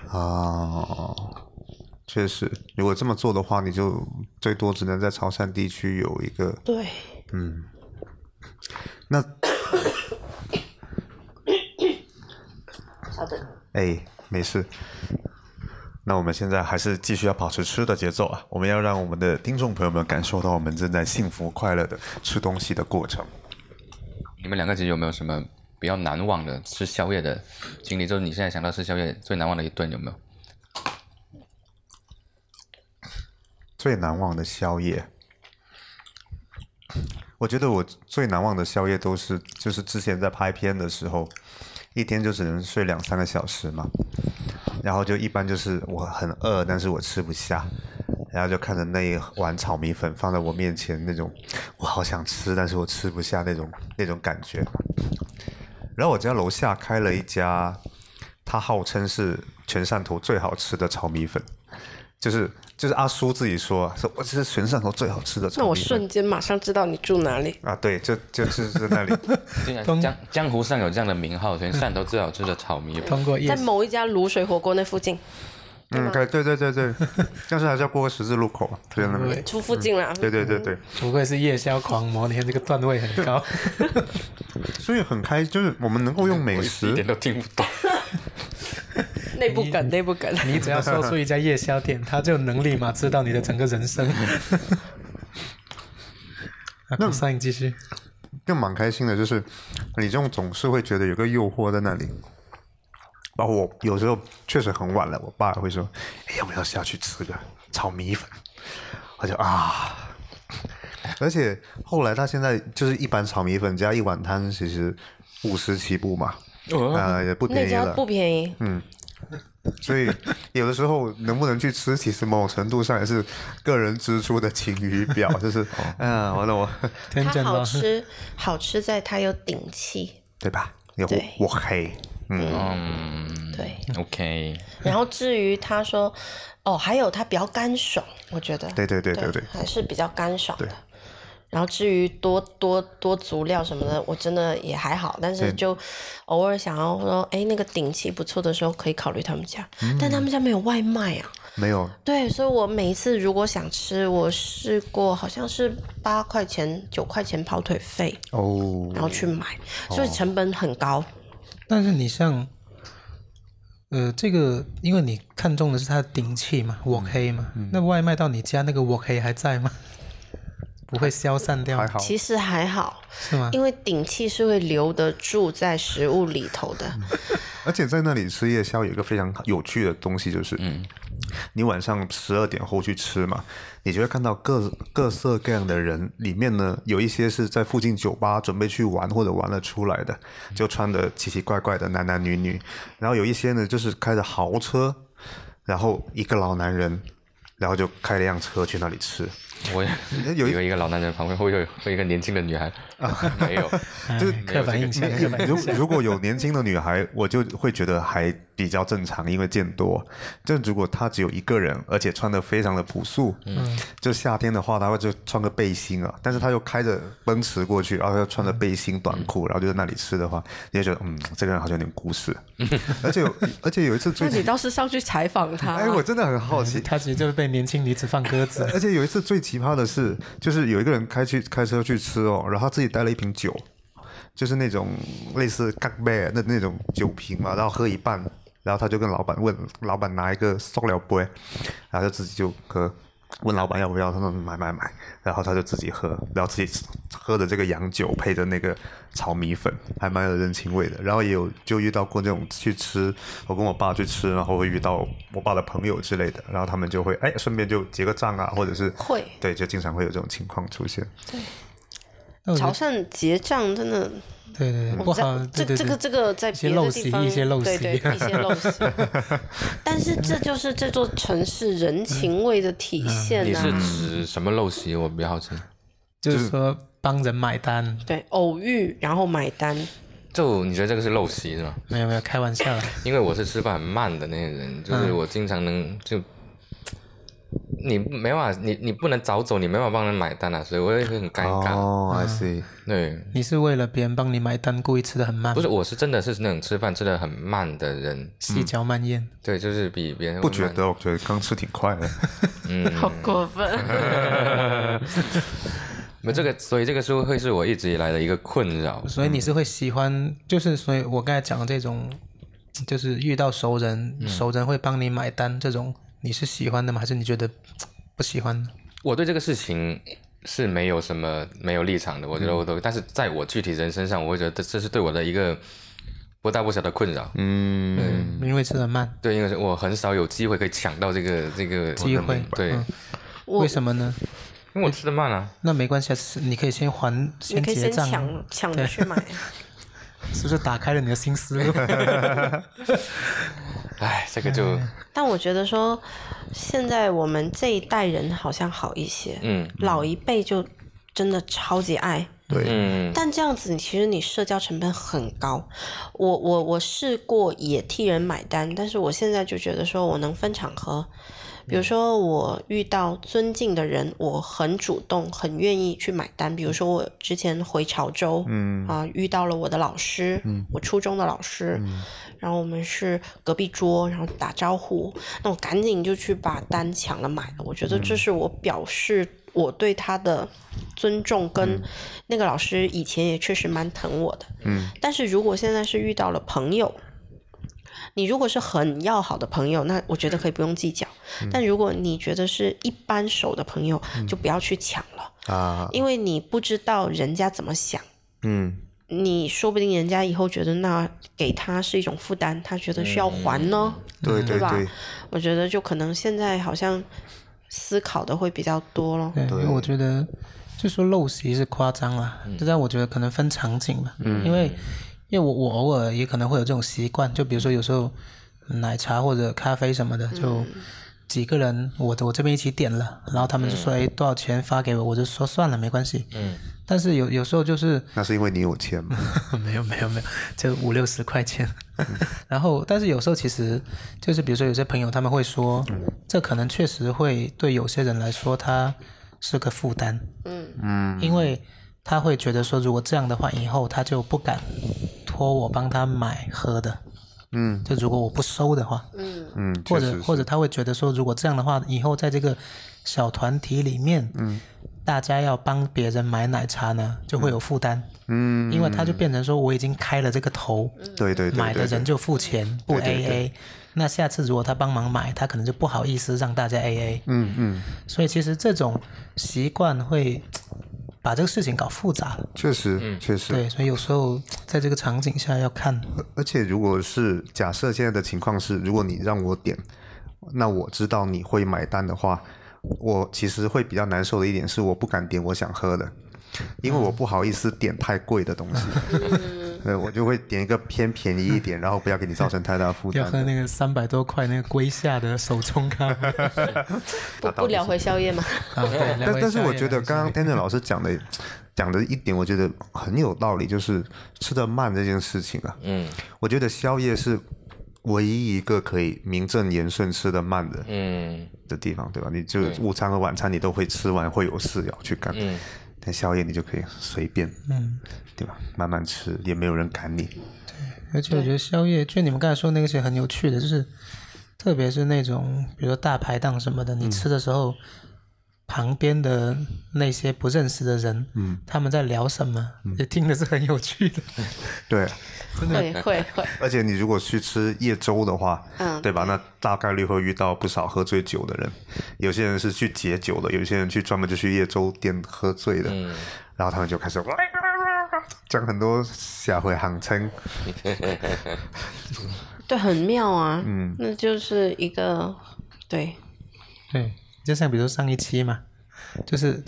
确实，如果这么做的话，你就最多只能在潮汕地区有一个。 对。 那。 好的。 没事。那我们现在还是继续要保持吃的节奏啊！我们要让我们的听众朋友们感受到我们正在幸福快乐的吃东西的过程。 你们两个其实有没有什么比较难忘的吃宵夜的经历？就是你现在想到吃宵夜最难忘的一顿有没有？ 最难忘的宵夜，我觉得我最难忘的宵夜就是之前在拍片的时候，一天就只能睡2-3个小时嘛，然后就一般就是我很饿，但是我吃不下，然后就看着那一碗炒米粉放在我面前，那种我好想吃，但是我吃不下那种感觉。然后我家楼下开了一家，它号称是全汕头最好吃的炒米粉， 就是阿叔自己说我这是全汕头最好吃的炒米粉。 那我瞬间马上知道你住哪里啊，对，就是那里。 江湖上有这样的名号，全汕头最好吃的炒米粉。 通过在某一家卤水火锅那附近。 对，但是还是要过个十字路口，对那边出附近啦。 对， 不愧是夜宵狂魔，你看这个段位很高。 所以很开，就是我们能够用美食， 一点都听不懂。 内部梗。 你只要说出一家夜宵店，他就能立马知道你的整个人生。那上瘾继续。 更蛮开心的，就是你这种总是会觉得有个诱惑在那里。包括我有时候确实很晚了，我爸会说：“要不要下去吃个炒米粉？”我就而且后来他现在就是一碗炒米粉加一碗汤，其实50起步嘛，也不便宜了。 那家不便宜。 所以有的时候能不能去吃，其实某种程度上也是个人支出的晴雨表，就是完了我。 它好吃在它有顶气， 对吧？有我黑。 对 ，OK。 然后至于他说，还有它比较干爽，我觉得， 对， 还是比较干爽的。然后至于多足料什么的，我真的也还好，但是就偶尔想要说，那个顶气不错的时候，可以考虑他们家，但他们家没有外卖啊。 没有。 对，所以我每一次如果想吃，我试过好像是8块钱、9块钱跑腿费然后去买，所以成本很高。 但是你像，这个因为你看中的是它的顶气嘛，wok黑嘛，那外卖到你家那个wok黑还在吗？不会消散掉？ 还好， 其实还好， 是吗？ 因为顶气是会留得住在食物里头的。 而且在那里吃夜宵有一个非常有趣的东西，就是你晚上12点后去吃嘛，你就会看到各色各样的人，里面呢有一些是在附近酒吧准备去玩或者玩了出来的，就穿的奇奇怪怪的男男女女，然后有一些呢就是开着豪车，然后一个老男人，然后就开了一辆车去那里吃。 我有一个老男人旁边会有一个年轻的女孩没有， 就是刻板印象。 如果有年轻的女孩，我就会觉得还比较正常，因为见多。但如果她只有一个人，而且穿的非常的朴素，就夏天的话，她会就穿个背心啊，但是她又开着奔驰过去，然后又穿着背心短裤，然后就在那里吃的话，你就觉得这个人好像有点故事。而且有一次那你倒是上去采访他。 我真的很好奇， 他其实就是被年轻女子放鸽子。 而且有一次最奇葩的是，就是有一个人开车去吃然后他自己带了一瓶酒，就是那种类似咖啡的那种酒瓶嘛，然后喝一半，然后他就跟老板问，老板拿一个塑料杯，然后就自己就喝，问老板要不要，他说买，然后他就自己喝，然后自己喝的这个洋酒配着那个炒米粉，还蛮有人情味的。然后也有就遇到过这种去吃，我跟我爸去吃，然后会遇到我爸的朋友之类的，然后他们就会顺便就结个账啊，或者是对，就经常会有这种情况出现。 对，潮汕结账真的。 对，不好。 这个在别的地方一些陋习， 对一些陋习。但是这就是这座城市人情味的体现啊！ 你是指什么陋习？我比较好奇。 就是说帮人买单。 对，偶遇然后买单。 就你觉得这个是陋习是吗？ 没有，开玩笑啦。 因为我是吃饭很慢的那个人，就是我经常能就。你没办法，你不能早走，你没办法帮人买单啊，所以我也会很尴尬。 I see。 对， 你是为了别人帮你买单，故意吃的很慢？ 不是，我是真的是那种吃饭吃的很慢的人， 细嚼慢咽。 对，就是比别人不觉得，我觉得刚吃挺快的。 好过分。 所以这个是会是我一直以来的一个困扰。 所以你是会喜欢，就是所以我刚才讲的这种，就是遇到熟人会帮你买单这种。你是喜欢的吗？还是你觉得不喜欢的？ 我对这个事情是没有立场的，我觉得但是在我具体人身上，我会觉得这是对我的一个不大不小的困扰。 因为吃得慢。 对，因为我很少有机会可以抢到这个机会。 对， 为什么呢？ 因为我吃得慢啊。 那没关系，你可以先结账， 抢着去买。 是不是打开了你的新思路？ 这个就…… 但我觉得说，现在我们这一代人好像好一些，老一辈就真的超级爱， 对， 但这样子其实你社交成本很高。我试过也替人买单，但是我现在就觉得说我能分场合， 比如说我遇到尊敬的人，我很主动很愿意去买单。比如说我之前回潮州，遇到了我的老师，我初中的老师，然后我们是隔壁桌，然后打招呼，那我赶紧就去把单抢了买了。我觉得这是我表示我对他的尊重，跟那个老师以前也确实蛮疼我的。但是如果现在是遇到了朋友，你如果是很要好的朋友，那我觉得可以不用计较。但如果你觉得是一般熟的朋友，就不要去抢了因为你不知道人家怎么想。你说不定人家以后觉得那给他是一种负担，他觉得需要还呢，对吧？我觉得就可能现在好像思考的会比较多咯。 对，我觉得就说陋习是夸张啦，但我觉得可能分场景吧，因为我偶尔也可能会有这种习惯，就比如说有时候奶茶或者咖啡什么的，就几个人我这边一起点了，然后他们就说多少钱发给我，我就说算了没关系。但是有时候就是那是因为你有钱吗？ 没有，就50-60块钱。然后但是有时候其实就是比如说有些朋友他们会说，这可能确实会对有些人来说他是个负担。因为他会觉得说如果这样的话以后他就不敢托我帮他买喝的。就如果我不收的话，或者他会觉得说如果这样的话以后在这个小团体里面，大家要帮别人买奶茶呢就会有负担。因为他就变成说我已经开了这个头， 对， 买的人就付钱不 AA，那下次如果他帮忙买，他可能就不好意思让大家 AA。所以其实这种习惯会把这个事情搞复杂了。 确实对，所以有时候在这个场景下要看。 而且如果是假设现在的情况是，如果你让我点，那我知道你会买单的话，我其实会比较难受的一点是我不敢点我想喝的，因为我不好意思点太贵的东西。对，我就会点一个偏便宜一点，然后不要给你造成太大负担。 要喝那个300多块那个龟下的手冲咖啡。 不聊回宵夜吗？ 但是我觉得刚刚 Daniel 老师讲的一点，我觉得很有道理，就是吃得慢这件事情啊。我觉得宵夜是唯一一个可以名正言顺吃得慢的地方，对吧？你就午餐和晚餐你都会吃完，会有事要去干。但宵夜你就可以随便，对吧？慢慢吃，也没有人赶你。对， 而且我觉得宵夜，就你们刚才说那个是很有趣的，就是特别是那种比如说大排档什么的，你吃的时候，旁边的那些不认识的人，他们在聊什么，也听的是很有趣的。 对。 真的会， 而且你如果去吃夜粥的话，对吧？那大概率会遇到不少喝醉酒的人。有些人是去解酒的，有些人专门就去夜粥店喝醉的，然后他们就开始讲很多社会行情。 对，很妙啊。那就是一个对， 就像比如上一期嘛，就是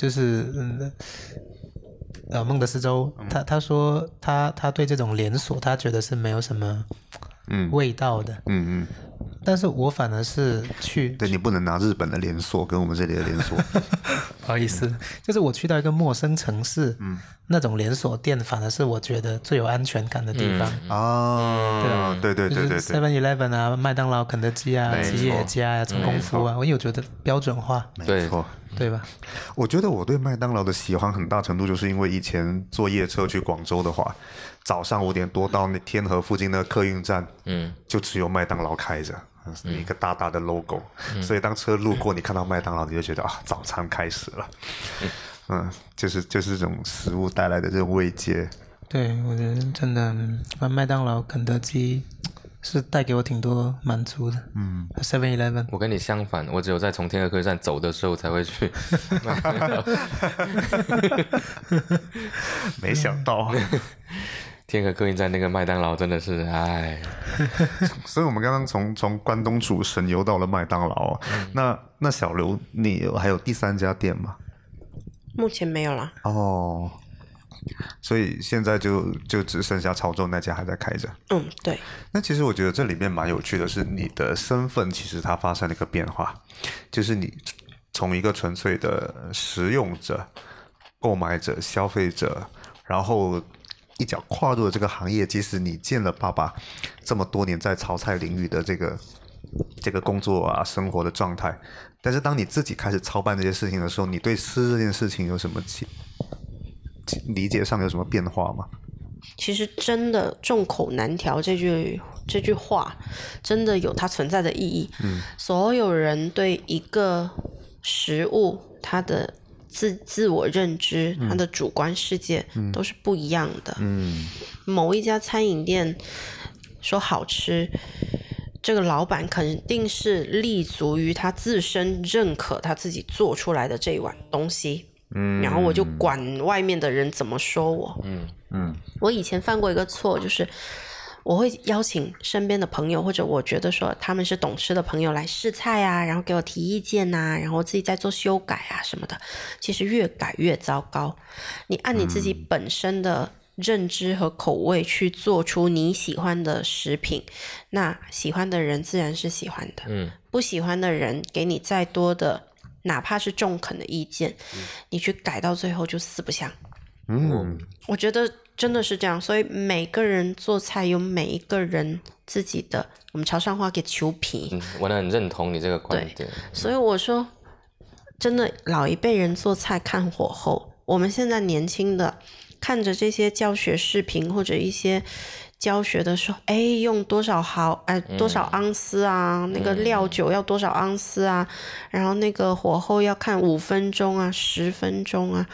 孟德斯鸠他说他对这种连锁他觉得是没有什么味道的。但是我反而是对，你不能拿日本的连锁跟我们这里的连锁。 不好意思，就是我去到一个陌生城市，那种连锁店反而是我觉得最有安全感的地方。 对 ，7-Eleven 啊，麦当劳、肯德基啊，吉野家啊，成功夫啊，我有觉得标准化。 没错。 对吧？ 我觉得我对麦当劳的喜欢很大程度就是因为以前坐夜车去广州的话，早上5点多到那天河附近的客运站，就只有麦当劳开着，一个大大的 logo，所以当车路过你看到麦当劳，你就觉得早餐开始了。就是这种食物带来的这种慰藉。 对，我觉得真的，麦当劳、肯德基是带给我挺多满足的。7-Eleven 我跟你相反，我只有在从天河客运站走的时候才会去。 没想到天河客运站那个麦当劳真的是所以我们刚刚从关东煮神游到了麦当劳。那小刘，你还有第3家店吗？ 目前没有啦。 所以现在就只剩下潮州那家还在开着。 对。 那其实我觉得这里面蛮有趣的是，你的身份其实它发生了一个变化，就是你从一个纯粹的食用者、购买者、消费者，然后一脚跨入了这个行业。即使你见了爸爸这么多年在炒菜领域的这个这个工作啊生活的状态，但是当你自己开始操办这些事情的时候，你对吃这件事情有什么理解上有什么变化吗？ 其实真的众口难调这句话真的有它存在的意义。所有人对一个食物它的自我认知，它的主观世界都是不一样的。某一家餐饮店说好吃，这个老板肯定是立足于他自身认可他自己做出来的这一碗东西。然后我就管外面的人怎么说我。我以前犯过一个错，就是我会邀请身边的朋友，或者我觉得说他们是懂吃的朋友来试菜啊，然后给我提意见啊，然后自己再做修改啊什么的。其实越改越糟糕。你按你自己本身的认知和口味去做出你喜欢的食品，那喜欢的人自然是喜欢的。不喜欢的人给你再多的哪怕是中肯的意见，你去改到最后就四不像。我觉得真的是这样，所以每个人做菜有每一个人自己的，我们潮汕话给求皮。 我很认同你这个观点。 所以我说，真的老一辈人做菜看火候，我们现在年轻的看着这些教学视频或者一些教学的说，用多少盎司啊，那个料酒要多少盎司啊，然后那个火候要看5分钟啊10分钟啊，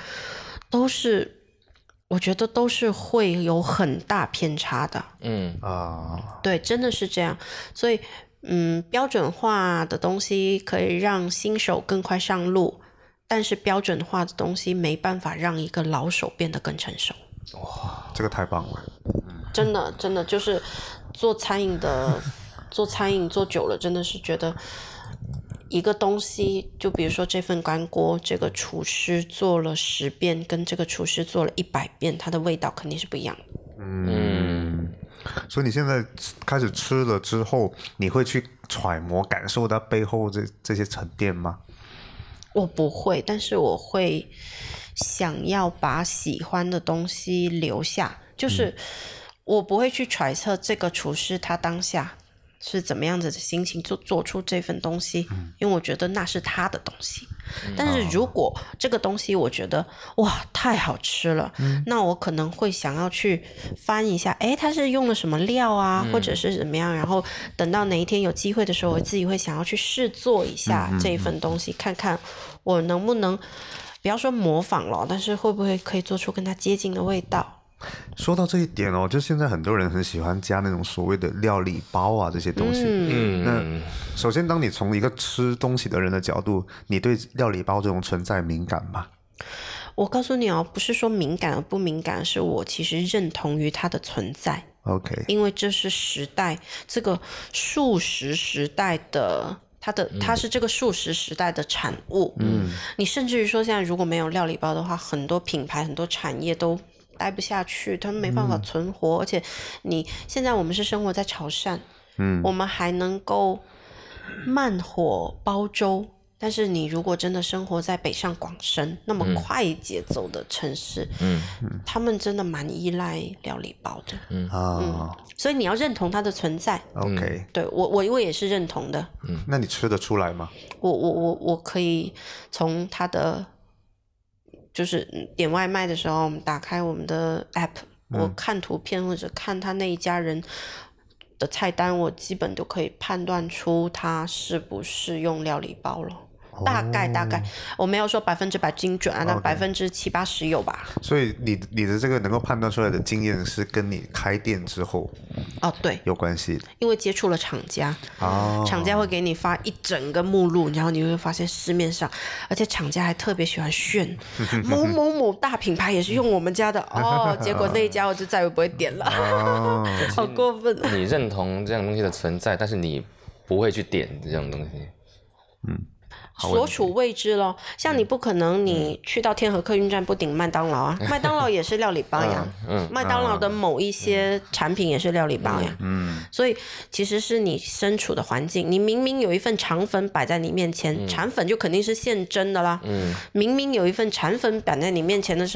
我觉得都是会有很大偏差的。对，真的是这样。所以标准化的东西可以让新手更快上路，但是标准化的东西没办法让一个老手变得更成熟。 哇，这个太棒了。 真的就是做餐饮做久了，真的是觉得一个东西，就比如说这份干锅，这个厨师做了10遍，跟这个厨师做了100遍，它的味道肯定是不一样的。 所以你现在开始吃了之后，你会去揣摩感受它背后这些沉淀吗？ 我不会，但是我会想要把喜欢的东西留下，就是我不会去揣测这个厨师他当下是怎么样子的心情做出这份东西，因为我觉得那是他的东西。但是如果这个东西我觉得哇太好吃了，那我可能会想要去翻一下，他是用了什么料啊，或者是怎么样，然后等到哪一天有机会的时候，我自己会想要去试做一下这一份东西，看看我能不能不要说模仿了，但是会不会可以做出跟它接近的味道。 说到这一点就现在很多人很喜欢加那种所谓的料理包啊这些东西。那首先当你从一个吃东西的人的角度，你对料理包这种存在敏感吗？ 我告诉你不是说敏感而不敏感，是我其实认同于它的存在。 OK， 因为这是时代，这个素食时代的它是这个素食时代的产物。你甚至于说现在如果没有料理包的话，很多品牌很多产业都待不下去，他们没办法存活。而且现在我们是生活在潮汕，我们还能够慢火煲粥，但是你如果真的生活在北上广深那么快节奏的城市，他们真的蛮依赖料理包的。所以你要认同它的存在。 OK， 对，我也是认同的。 那你吃得出来吗？ 我可以从它的就是点外卖的时候，我们打开我们的 app，我看图片或者看他那一家人的菜单，我基本就可以判断出他是不是用料理包了。大概我没有说100%精准啊，但70-80%有吧。 所以你的这个能够判断出来的经验是跟你开店之后对有关系的， 因为接触了厂家。厂家会给你发一整个目录，然后你会发现市面上，而且厂家还特别喜欢炫某某某大品牌也是用我们家的结果那一家我就再也不会点了。好过分。 你认同这样东西的存在，但是你不会去点这种东西。 所处位置咯，像你不可能你去到天河客运站不顶麦当劳啊，麦当劳也是料理包呀，麦当劳的某一些产品也是料理包呀。所以其实是你身处的环境，你明明有一份肠粉摆在你面前，肠粉就肯定是现蒸的啦。明明有一份肠粉摆在你面前的时候，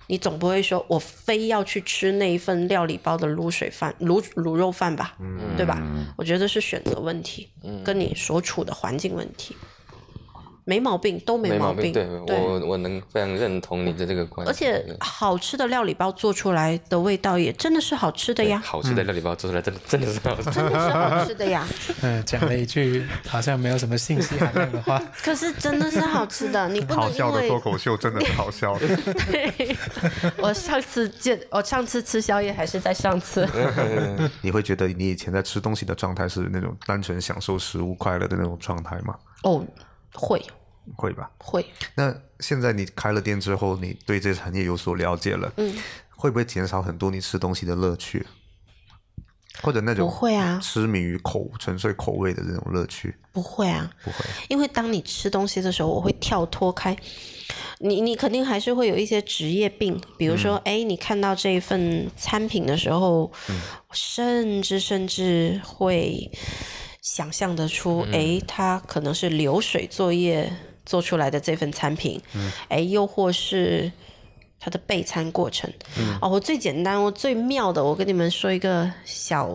你总不会说我非要去吃那一份料理包的卤肉饭吧，对吧？我觉得是选择问题，跟你所处的环境问题。没毛病，都没毛病。 对，我能非常认同你的这个观点。 而且好吃的料理包做出来的味道也真的是好吃的呀。 好吃的料理包做出来真的是好吃， 真的是好吃的呀。 讲了一句好像没有什么信息含量的话， 可是真的是好吃的，你不能因为好笑的脱口秀真的是好笑的。 对，我上次吃宵夜还是在上次。 你会觉得你以前在吃东西的状态是那种单纯享受食物快乐的那种状态吗？ 哦， 会吧。 会。 那现在你开了店之后，你对这产业有所了解了，会不会减少很多你吃东西的乐趣，或者那种不会啊， 痴迷于纯粹口味的这种乐趣？ 不会啊， 不会， 因为当你吃东西的时候，我会跳脱开。你肯定还是会有一些职业病，比如说，你看到这一份餐品的时候，甚至会想象得出，它可能是流水作业做出来的这份产品，又或是它的备餐过程。我最简单，我最妙的，我跟你们说一个小，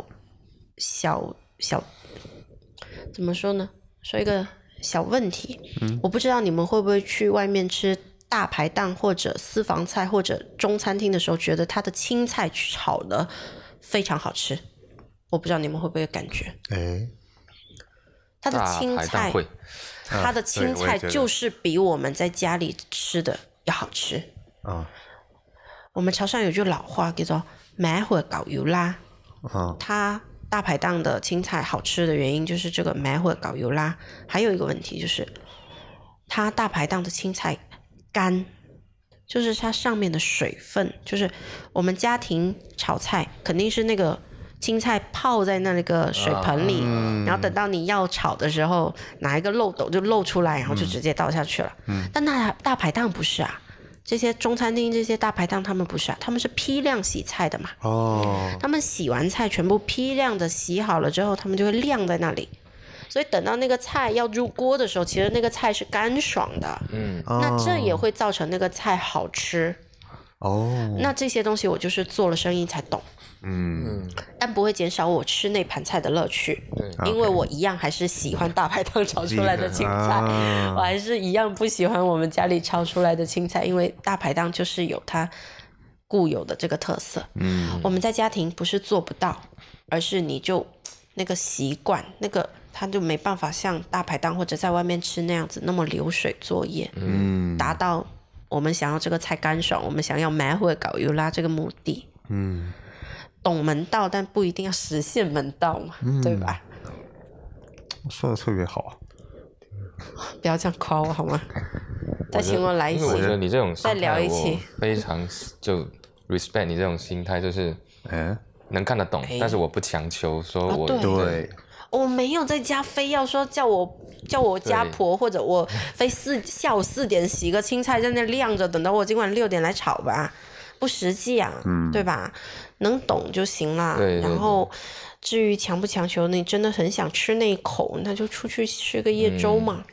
怎么说呢？说一个小问题，我不知道你们会不会去外面吃大排档或者私房菜或者中餐厅的时候，觉得它的青菜炒的非常好吃。我不知道你们会不会有感觉？它的青菜，它的青菜就是比我们在家里吃的要好吃。我们潮汕有句老话叫做“买回搞油啦”。它大排档的青菜好吃的原因就是这个买回搞油啦。还有一个问题就是，它大排档的青菜干，就是它上面的水分，就是我们家庭炒菜肯定是那个青菜泡在那个水盆里，然后等到你要炒的时候，拿一个漏斗就漏出来，然后就直接倒下去了。但那大排档不是啊，这些中餐厅这些大排档他们不是啊，他们是批量洗菜的嘛。他们洗完菜全部批量的洗好了之后，他们就会晾在那里。所以等到那个菜要入锅的时候，其实那个菜是干爽的。那这也会造成那个菜好吃。那这些东西我就是做了生意才懂。但不会减少我吃那盘菜的乐趣，因为我一样还是喜欢大排档炒出来的青菜，我还是一样不喜欢我们家里炒出来的青菜，因为大排档就是有它固有的这个特色。我们在家庭不是做不到，而是你就那个习惯，那个它就没办法像大排档或者在外面吃那样子那么流水作业，达到我们想要这个菜干爽，我们想要买回搞油拉这个目的。懂门道，但不一定要实现门道嘛，对吧？ 说的特别好， 不要这样夸我好吗？再请我来一期， 我觉得你这种再聊一期， 非常就 respect 你这种心态，就是能看得懂，但是我不强求说我对。 我没有在家非要说叫我家婆或者我非下午4点洗个青菜在那晾着，等到我今晚6点来炒吧，不实际啊，对吧？能懂就行啦。然后至于强不强求，你真的很想吃那一口，那就出去吃个夜粥嘛。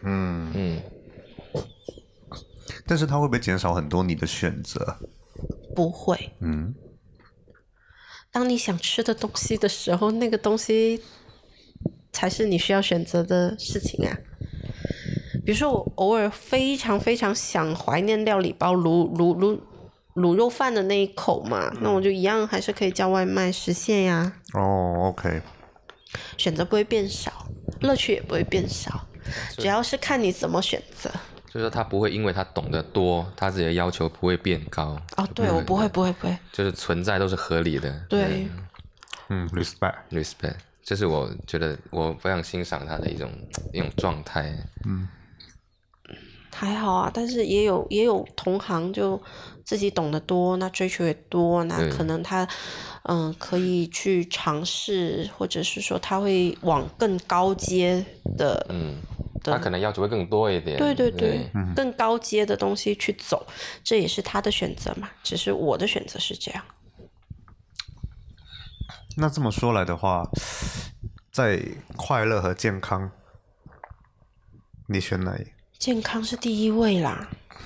但是它会不会减少很多你的选择？ 不会。当你想吃的东西的时候，那个东西才是你需要选择的事情啊。比如说我偶尔非常非常想怀念料理包卤肉饭的那一口嘛，那我就一样还是可以叫外卖实现呀。 OK。 选择不会变少，乐趣也不会变少，主要是看你怎么选择。 就是说他不会因为他懂得多，他自己的要求不会变高。 对，我不会， 就是存在都是合理的。 对。 respect， 这是我觉得我非常欣赏他的一种状态。 还好啊，但是也有同行就自己懂得多，那追求也多，那可能他可以去尝试，或者是说他会往更高阶的他可能要求会更多一点。 对，更高阶的东西去走，这也是他的选择嘛，只是我的选择是这样。 那这么说来的话，在快乐和健康，你选哪一？ 健康是第一位啦。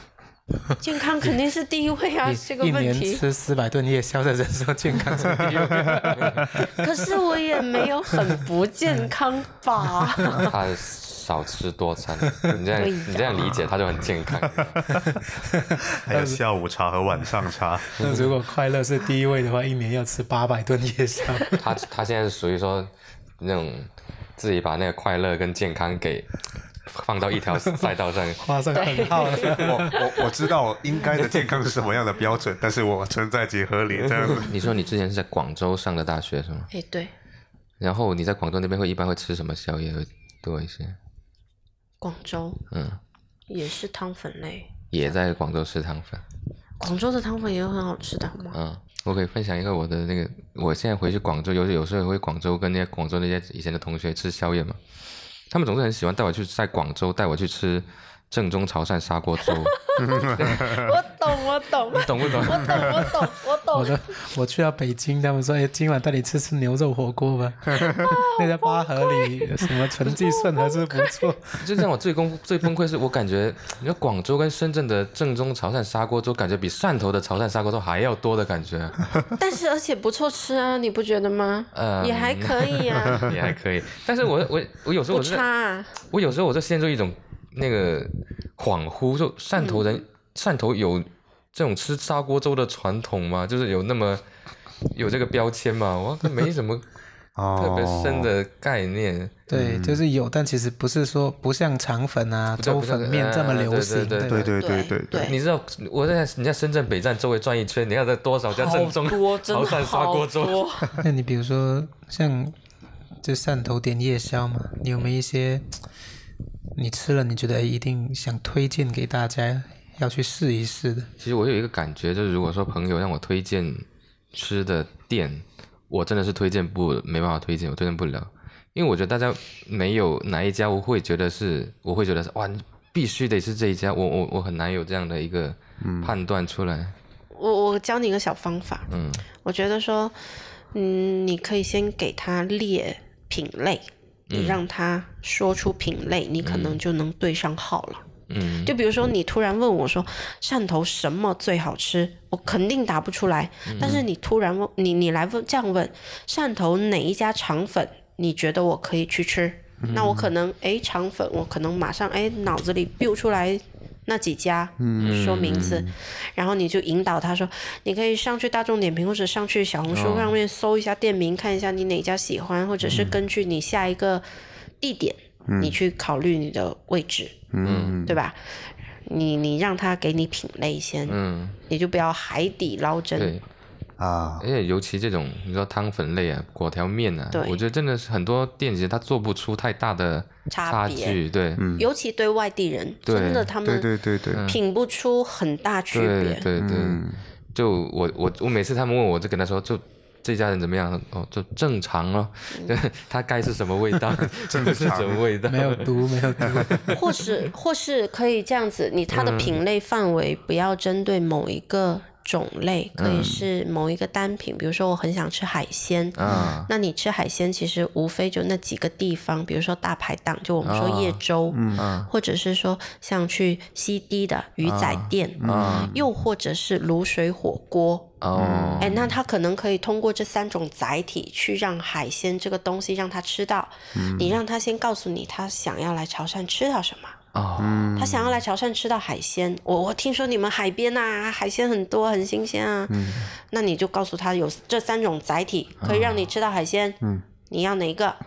健康肯定是第一位啊，这个一年问题。 吃400顿夜宵的人说健康是第一位， 可是我也没有很不健康吧？ 他少吃多餐，你这样理解他就很健康。 还有下午茶和晚上茶。 那如果快乐是第一位的话，一年要吃800顿夜宵。 他现在是属于说那种自己把那个快乐跟健康给放到一条赛道上， 画上等号了。 我知道应该的健康是什么样的标准，但是我存在即合理这样子。 你说你之前是在广州上的大学是吗？ 哎，对， 然后你在广州那边一般会吃什么宵夜会多一些？ 广州，也是汤粉类， 也在广州吃汤粉。 广州的汤粉也有很好吃的，好吗？ 我可以分享一个我的那个，我现在回去广州，有时候会广州跟广州那些以前的同学吃宵夜嘛，他们总是很喜欢带我去在广州带我去吃正宗潮汕砂锅粥。 我懂， 你懂不懂？ 我懂。 我去到北京，他们说：“哎，今晚带你吃牛肉火锅吧。”那家八合里什么纯记顺和是不错。 就让我最崩溃是我感觉，你说广州跟深圳的正宗潮汕砂锅粥，感觉比汕头的潮汕砂锅粥还要多的感觉。 但是而且不错吃啊，你不觉得吗？也还可以啊， 也还可以。但是我有时候不差啊。 我有时候我就陷入一种那个恍惚，就汕头有这种吃砂锅粥的传统吗？就是有这个标签吗？我没什么特别深的概念。 对，就是有，但其实不是说不像肠粉啊、粥粉面这么流行。 对。 你知道你在深圳北站周围转一圈，你看这多少家正宗潮汕砂锅粥？ 那你比如说像就汕头点夜宵嘛，你有没有一些你吃了你觉得一定想推荐给大家要去试一试的？ 其实我有一个感觉，就是如果说朋友让我推荐吃的店，我真的是没办法推荐，我推荐不了，因为我觉得大家没有哪一家我会觉得是哇，必须得是这一家，我很难有这样的一个判断出来。 我教你一个小方法，我觉得说，你可以先给他列品类，你让他说出品类，你可能就能对上号了。就比如说你突然问我说汕头什么最好吃，我肯定答不出来。但是你突然问你来问这样问，汕头哪一家肠粉你觉得我可以去吃？那我可能肠粉我可能马上脑子里 build 出来那几家，说名字，然后你就引导他说，你可以上去大众点评或者上去小红书上面搜一下店名，看一下你哪家喜欢，或者是根据你下一个地点，你去考虑你的位置，对吧？你让他给你品类先，你就不要海底捞针。 对而且尤其这种你说汤粉类啊、果条面啊，我觉得真的是很多店其实他做不出太大的差距，对， 尤其对外地人，真的他们品不出很大区别。 对，就我每次他们问我，就跟他说就。这家人怎么样？就正常咯，它该是什么味道，就是什么味道， 没有毒。 或是可以这样子，它的品类范围不要针对某一个种类，可以是某一个单品。比如说我很想吃海鲜，那你吃海鲜其实无非就那几个地方，比如说大排档，就我们说叶州，或者是说像去西堤的鱼仔店，又或者是卤水火锅。那他可能可以通过这3种载体去让海鲜这个东西让他吃到，你让他先告诉你他想要来潮汕吃到什么。他想要来潮汕吃到海鲜，我听说你们海边啊海鲜很多很新鲜啊，那你就告诉他有这3种载体可以让你吃到海鲜，你要哪一个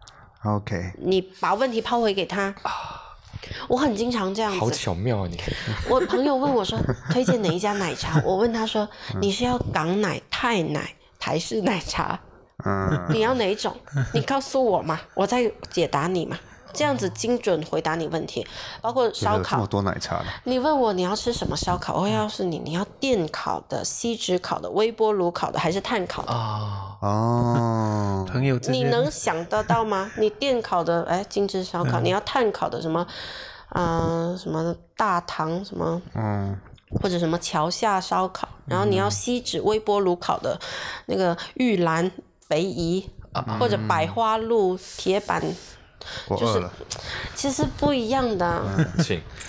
？OK， 你把问题抛回给他。我很经常这样子， 好巧妙啊你！ 我朋友问我说推荐哪一家奶茶，我问他说你是要港奶、泰奶、台式奶茶，你要哪一种？你告诉我嘛，我再解答你嘛。这样子精准回答你问题，包括烧烤。 这么多奶茶的。 你问我你要吃什么烧烤，我会告诉你，你要电烤的、锡纸烤的、微波炉烤的，还是炭烤的？ 朋友之间， 你能想得到吗？你电烤的，精致烧烤，你要炭烤的什么，什么大唐什么，或者什么桥下烧烤，然后你要锡纸微波炉烤的，那个玉兰肥姨，或者百花路铁板。就是其实不一样的。 请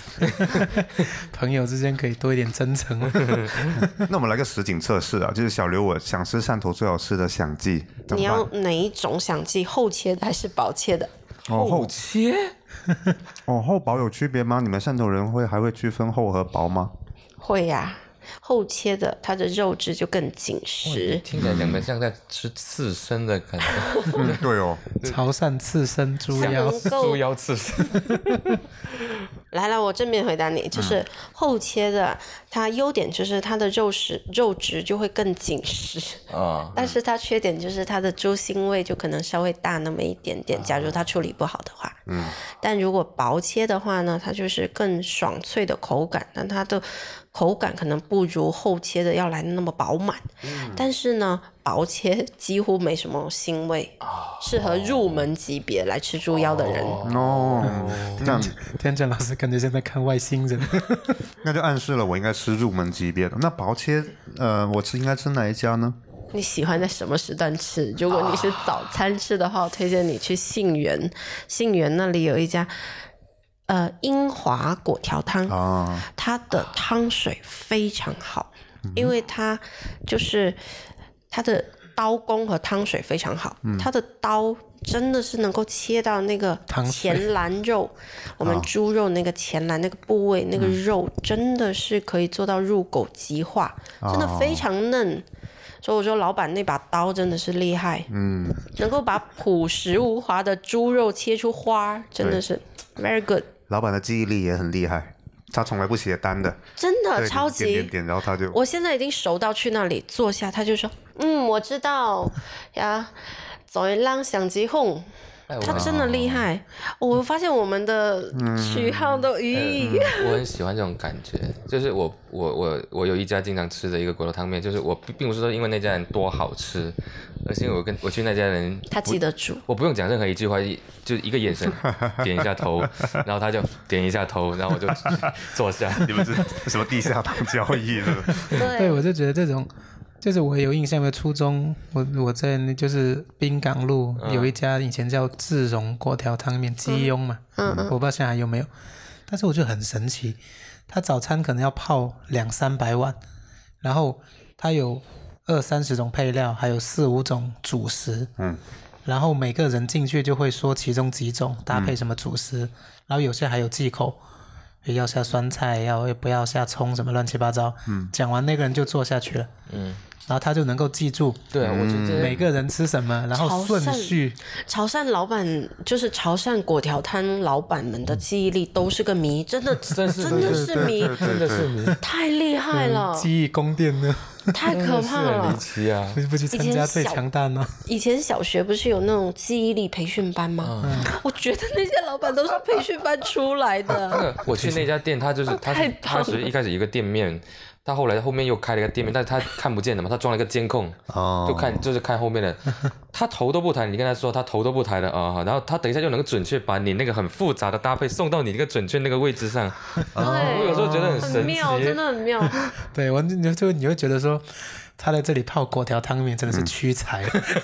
朋友之间可以多一点真诚。 那我们来个实景测试啊，就是小刘，我想吃汕头最好吃的响记， 你要哪一种响记？厚切的还是薄切的？ 厚切？ 厚薄有区别吗？你们汕头人还会区分厚和薄吗？ 会呀。厚切的，它的肉质就更紧实。 听起来你们像在吃刺身的感觉。 对哦， 潮汕刺身猪腰， 猪腰刺身。 来，我正面回答你，就是厚切的，它优点就是它的肉质就会更紧实啊，但是它缺点就是它的猪腥味就可能稍微大那么一点点，假如它处理不好的话。但如果薄切的话呢，它就是更爽脆的口感，但它的口感可能不如厚切的要来的那么饱满。但是呢，薄切几乎没什么腥味，适合入门级别来吃猪腰的人。 这样天真老师感觉现在看外星人。 那就暗示了我应该吃入门级别的。那薄切，我应该吃哪一家呢？ 你喜欢在什么时段吃？如果你是早餐吃的话，我推荐你去信源。信源那里有一家英华粿条汤，它的汤水非常好，因为它就是它的刀工和汤水非常好，它的刀真的是能够切到那个前栏肉，我们猪肉那个前栏那个部位，那个肉真的是可以做到入口即化，真的非常嫩。所以我说老板那把刀真的是厉害，能够把朴实无华的猪肉切出花，真的是 very good。 老板的记忆力也很厉害，他从来不写单的， 真的超级。 点，然后他就， 我现在已经熟到去那里坐下，他就说，我知道呀，再让相机哄。他真的厉害，我发现我们的喜好都我很喜欢这种感觉，就是我有一家经常吃的一个粿条汤面，就是我并不是说因为那家人多好吃，而是因为我去那家人， 他记得住， 我不用讲任何一句话，就一个眼神点一下头，然后他就点一下头，然后我就坐下。 你们是什么地下党交易的？ 对，我就觉得这种。就是我有印象，因为初中我在就是滨港路有一家以前叫智荣粿条汤面鸡庸嘛，我不知道现在还有没有，但是我觉得很神奇，他早餐可能要泡200-300碗，然后他有20-30种配料，还有4-5种主食，然后每个人进去就会说其中几种搭配什么主食，然后有些还有忌口，要下酸菜，要不要下葱什么乱七八糟，讲完那个人就坐下去了，然后他就能够记住， 对，我觉得每个人吃什么，然后顺序。 潮汕老板就是潮汕粿条摊老板们的记忆力都是个谜，真的是谜， 真的是谜， 太厉害了， 记忆宫殿呢， 太可怕了， 离奇啊！ 不去参加最强大呢？ 以前小学不是有那种记忆力培训班吗？我觉得那些老板都是培训班出来的。 我去那家店，他是一开始一个店面。他后面又开了一个店面，但是他看不见的嘛，他装了一个监控，就是看后面的，他头都不抬，你跟他说他头都不抬的然后他等一下就能够准确把你那个很复杂的搭配送到你那个准确那个位置上，我有时候觉得很神奇， 妙，真的很妙。 对，你会觉得说他在这里泡粿条汤面真的是屈才，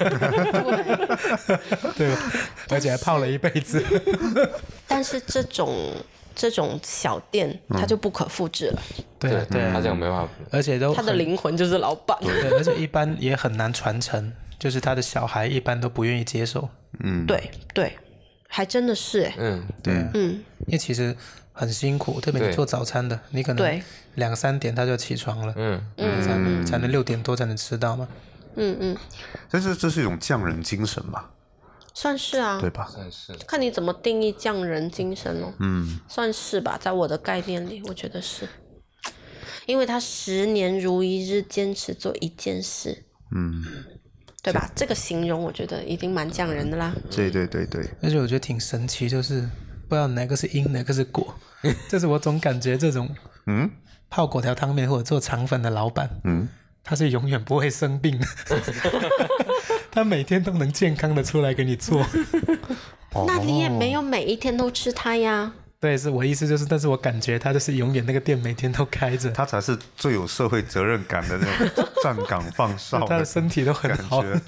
对，而且还泡了一辈子。 但是这种小店，它就不可复制了。 对， 他这样没办法。 而且他的灵魂就是老板。 对，而且一般也很难传承，就是他的小孩一般都不愿意接受。 对，还真的是对，因为其实很辛苦，特别你做早餐的，你可能2-3点他就起床了，才能6点多才能吃到嘛。 但是这是一种匠人精神吧？ 算是啊， 对吧？ 算是， 看你怎么定义匠人精神咯。算是吧，在我的概念里，我觉得是，因为他10年如一日坚持做一件事，对吧？这个形容我觉得已经蛮匠人的啦。 对。 而且我觉得挺神奇，就是不知道哪个是因，哪个是果，就是我总感觉这种泡粿条汤面或者做肠粉的老板，他是永远不会生病的。他每天都能健康的出来给你做。 那你也没有每一天都吃它呀。 对，是我意思就是，但是我感觉他就是永远那个店每天都开着， 他才是最有社会责任感的那种站岗放哨， 他的身体都很好。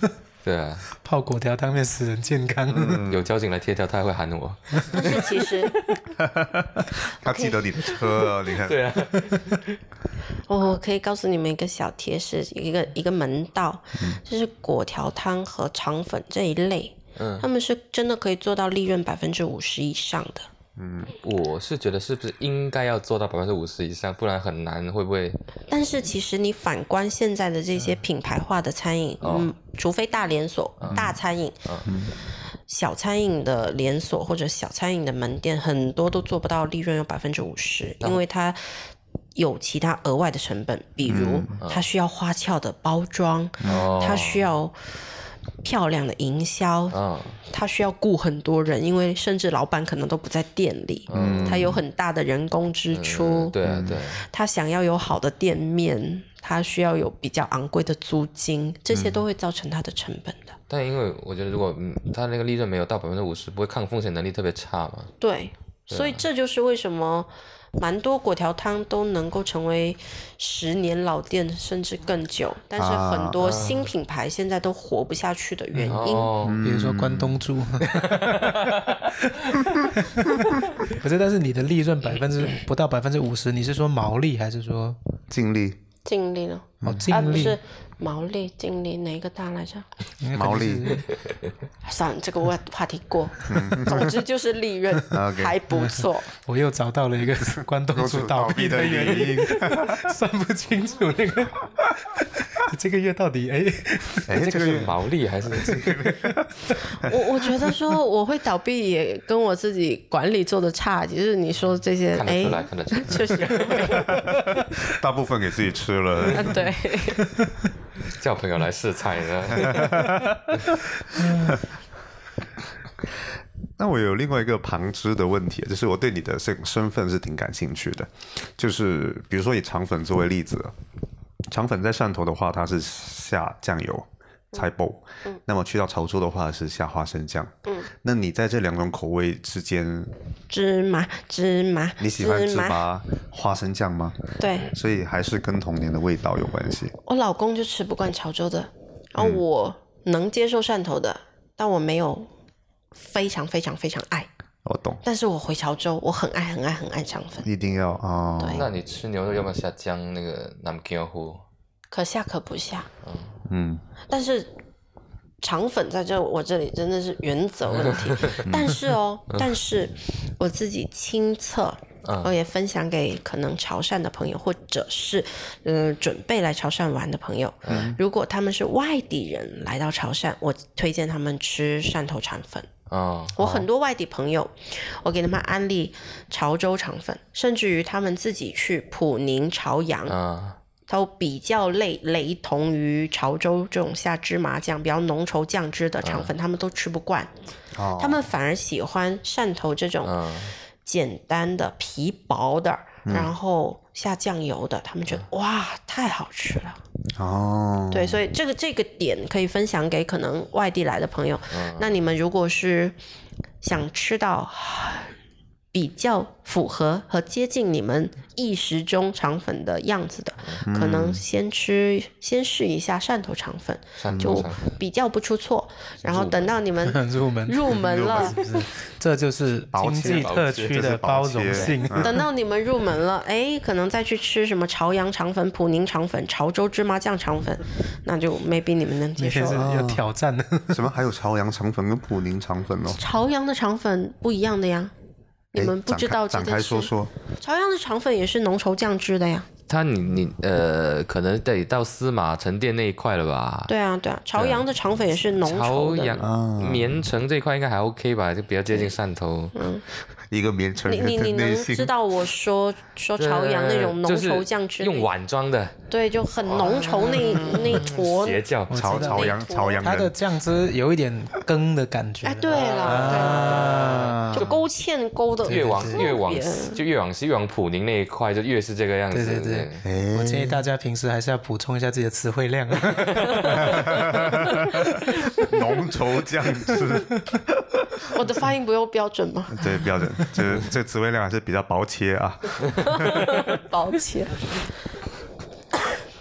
对啊， 泡果条汤面使人健康。 有交警来贴条，他还会喊我。 但是其实他记得你的车，你看。 对啊， 我可以告诉你们一个小贴士，一个门道，就是果条汤和肠粉这一类，他们是真的可以做到利润50%以上的。 我是觉得是不是应该要做到50%以上，不然很难，会不会？ 但是其实你反观现在的这些品牌化的餐饮，除非大连锁、大餐饮，小餐饮的连锁或者小餐饮的门店，很多都做不到利润有50%，因为它有其他额外的成本，比如它需要花俏的包装，它需要漂亮的营销，他需要雇很多人，因为甚至老板可能都不在店里，他有很大的人工支出， 对啊，对， 他想要有好的店面，他需要有比较昂贵的租金，这些都会造成他的成本的。 但因为我觉得，如果他那个利润没有到50%，不会抗风险能力特别差嘛？ 对，所以这就是为什么蛮多果条汤都能够成为10年老店甚至更久，但是很多新品牌现在都活不下去的原因。 比如说关东煮。不是，但是你的利润不到50%，你是说毛利还是说净利？ 净利呢？ 净利不是毛利、净利哪一个大来着？ 毛利。 算了，这个话题过。总之就是利润还不错。 我又找到了一个关东煮倒闭的原因，算不清楚那个这个月到底这个是毛利还是？ 我觉得说我会倒闭也跟我自己管理做的差，就是你说这些看得出来，看得出来， 确实大部分给自己吃了。 对。 叫朋友来试菜呢。 那我有另外一个旁支的问题，就是我对你的身份是挺感兴趣的，就是比如说以肠粉作为例子，肠粉在汕头的话，它是下酱油、菜包，那么去到潮州的话是下花生酱。那你在这2种口味之间， 芝麻， 你喜欢芝麻花生酱吗？ 对， 所以还是跟童年的味道有关系。 我老公就吃不惯潮州的，然后我能接受汕头的，但我没有非常非常非常爱。 我懂。 但是我回潮州，我很爱肠粉。 一定要哦。 对。 那你吃牛肉要不要下姜那个南姜糊？ 可下可不下。但是肠粉在我这里真的是原则问题。但是我自己亲测，我也分享给可能潮汕的朋友，或者是准备来潮汕玩的朋友。如果他们是外地人来到潮汕，我推荐他们吃汕头肠粉。我很多外地朋友，我给他们安利潮州肠粉，甚至于他们自己去普宁、潮阳。都比较雷同于潮州这种下芝麻酱比较浓稠酱汁的肠粉，他们都吃不惯。他们反而喜欢汕头这种简单的皮薄的，然后下酱油的，他们觉得哇太好吃了。对，所以这个点可以分享给可能外地来的朋友。那你们如果是想吃到比较符合和接近你们意识中肠粉的样子的，可能先试一下汕头肠粉，就比较不出错。然后等到你们入门了， 这就是经济特区的包容性。 等到你们入门了，可能再去吃什么潮阳肠粉、普宁肠粉、潮州芝麻酱肠粉，那就 maybe 你们能接受了。 有挑战的。 什么？还有潮阳肠粉跟普宁肠粉哦？ 潮阳的肠粉不一样的呀。你们不知道展开说说。 潮阳的肠粉也是浓稠酱汁的呀。 你可能得到司马沉淀那一块了吧？ 对啊，潮阳的肠粉也是浓稠的。 潮阳绵城这一块应该还 OK 吧？就比较接近汕头。 一个绵城。 你能知道我说潮阳那种浓稠酱汁， 用碗装的。 对，就很浓稠那坨。 邪教潮阳， 它的酱汁有一点羹的感觉。 对了，就勾芡勾的越往西越往普宁那一块就越是这个样子。 对，我建议大家平时还是要补充一下自己的词汇量。 浓稠酱汁。 我的发音不用标准吗？ 对，标准。这词汇量还是比较薄切啊。 薄切。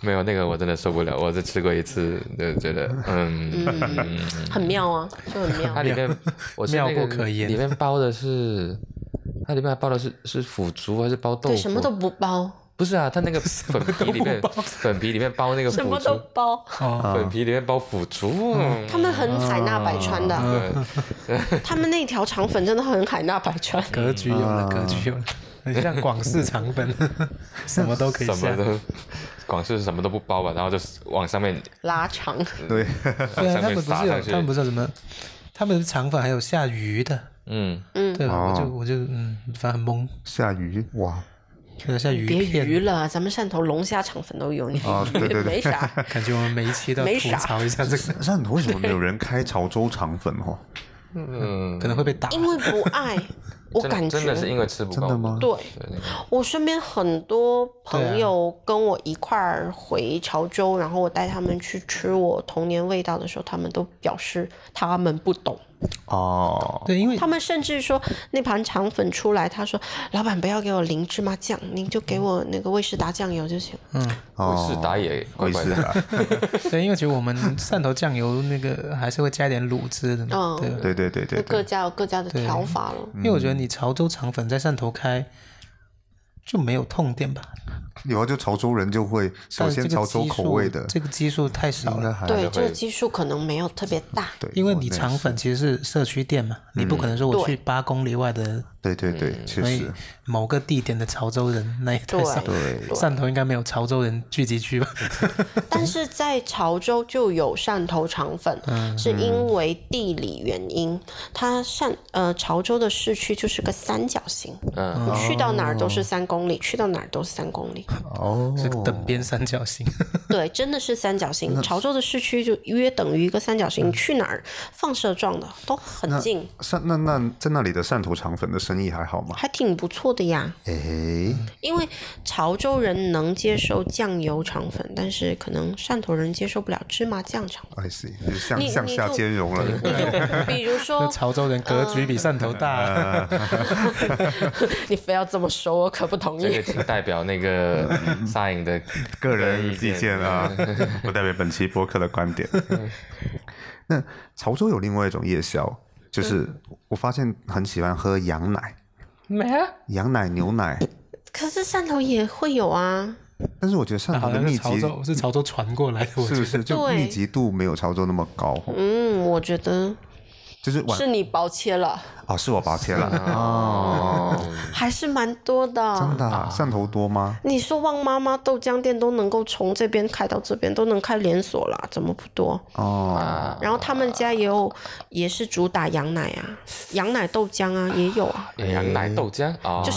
没有那个我真的受不了，我只吃过一次，就觉得很妙啊，就很妙。 它里面我是那妙不可言， 里面包的是，它里面还包的是腐竹还是包豆腐？ 对，什么都不包。 不是啊，它那个粉皮里面包那个腐竹， 什么都包。 粉皮里面包腐竹。 他们很海纳百川的，他们那条肠粉真的很海纳百川。 格局有了，格局有了，很像广式肠粉，什么都可以下。 广式什么都不包吧，然后就往上面拉长。 对， 对啊，他们不是有什么，他们肠粉还有下鱼的。对，我就反正很懵。 下鱼哇。 下鱼别鱼了，咱们汕头龙虾肠粉都有，你对没啥。 感觉我们每一期都要吐槽一下这个。 汕头为什么没有人开潮州肠粉？ 可能会被打。 因为不爱，我感觉真的是因为吃不够。 真的吗？ 对，我身边很多朋友跟我一块儿回潮州，然后我带他们去吃我童年味道的时候，他们都表示他们不懂。 对，因为他们甚至说那盘肠粉出来，他说：“老板不要给我淋芝麻酱，您就给我那个威士达酱油就行。” 威士达也怪怪的。 对，因为觉得我们汕头酱油那个还是会加一点卤汁的嘛。 对， 各家有各家的调法了。 因为我觉得你潮州肠粉在汕头开就没有痛点吧。 有就潮州人就会首先潮州口味的， 这个基数太少了。 对，这个基数可能没有特别大。 对， 因为你肠粉其实是社区店嘛，你不可能说我去8公里外的。 对，确实。 某个地点的潮州人那也太少。 对， 汕头应该没有潮州人聚集区吧？ 但是在潮州就有汕头肠粉，是因为地理原因，它潮州的市区就是个三角形，去到哪儿都是3公里，去到哪儿都是3公里。 是等边三角形。 对，真的是三角形。潮州的市区就约等于一个三角形，去哪儿放射状的都很近。 那在那里的汕头肠粉的生意还好吗？ 还挺不错的呀。因为潮州人能接受酱油肠粉，但是可能汕头人接受不了芝麻酱肠粉。 I see， 就向下兼容了。 你就比如说， 潮州人格局比汕头大。 你非要这么说，我可不同意。 这个仅代表那个沙影的个人意见啊，不代表本期播客的观点。那潮州有另外一种夜宵，就是我发现很喜欢喝羊奶。羊奶、牛奶。 可是汕头也会有啊。 但是我觉得汕头的密集是潮州传过来的， 是不是？就密集度没有潮州那么高。 我觉得是你包切了。 是我包切了。 还是蛮多的。 真的汕头多吗？ 你说旺妈妈豆浆店都能够从这边开到这边，都能开连锁啦，怎么不多？然后他们家也是主打羊奶啊，羊奶豆浆啊也有啊。 羊奶豆浆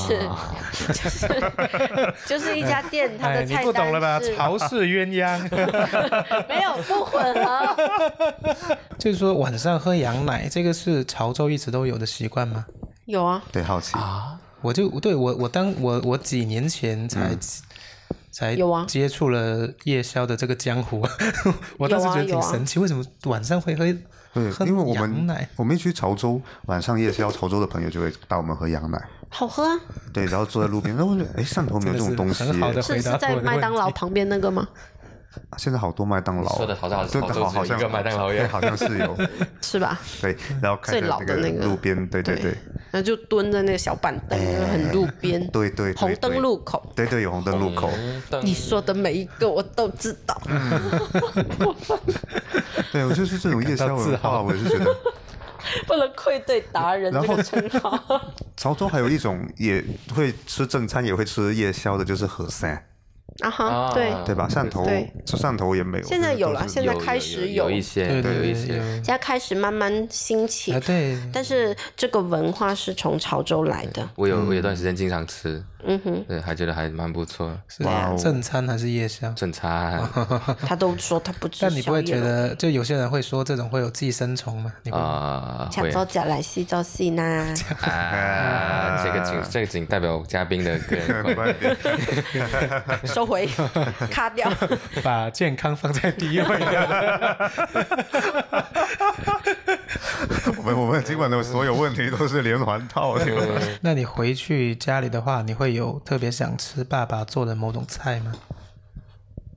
就是一家店，它的菜单是。 你不懂了吧？潮式鸳鸯。 没有，不混合。 就是说晚上喝羊奶，这个是潮州一直都有的习惯吗？ 有啊。 对，好奇我几年前才接触了夜宵的这个江湖。我当时觉得挺神奇，为什么晚上会喝因为我们一去潮州晚上夜宵，潮州的朋友就会带我们喝羊奶， 好喝啊。 对，然后坐在路边，然后我觉得汕头没有这种东西。 是在麦当劳旁边那个吗？ 现在好多麦当劳， 说的好像一个麦当劳对，好像是有， 是吧？ 对，然后开在那个路边，对， 然后就蹲在那个小板凳，很路边， 对， 红灯路口， 对，有红灯路口。 你说的每一个我都知道。 对，我就是这种夜宵文化，我是觉得不能愧对达人这个称号。 潮州还有一种也会吃正餐，也会吃夜宵的，就是河山。对吧？汕头也没有， 现在有了，现在开始有一些， 对， 现在开始慢慢兴起。 对， 但是这个文化是从潮州来的。 我有段时间经常吃，对，还觉得还蛮不错。 是正餐还是夜宵？ 正餐。 他都说他不吃宵夜。 但你不会觉得，就有些人会说这种会有寄生虫吗？ 抢走假来西走西呢？ 这个仅代表嘉宾的个人观点。 收回，卡掉， 把健康放在第一位的。 我们今晚的所有问题都是连环套。 那你回去家里的话，你会有特别想吃爸爸做的某种菜吗？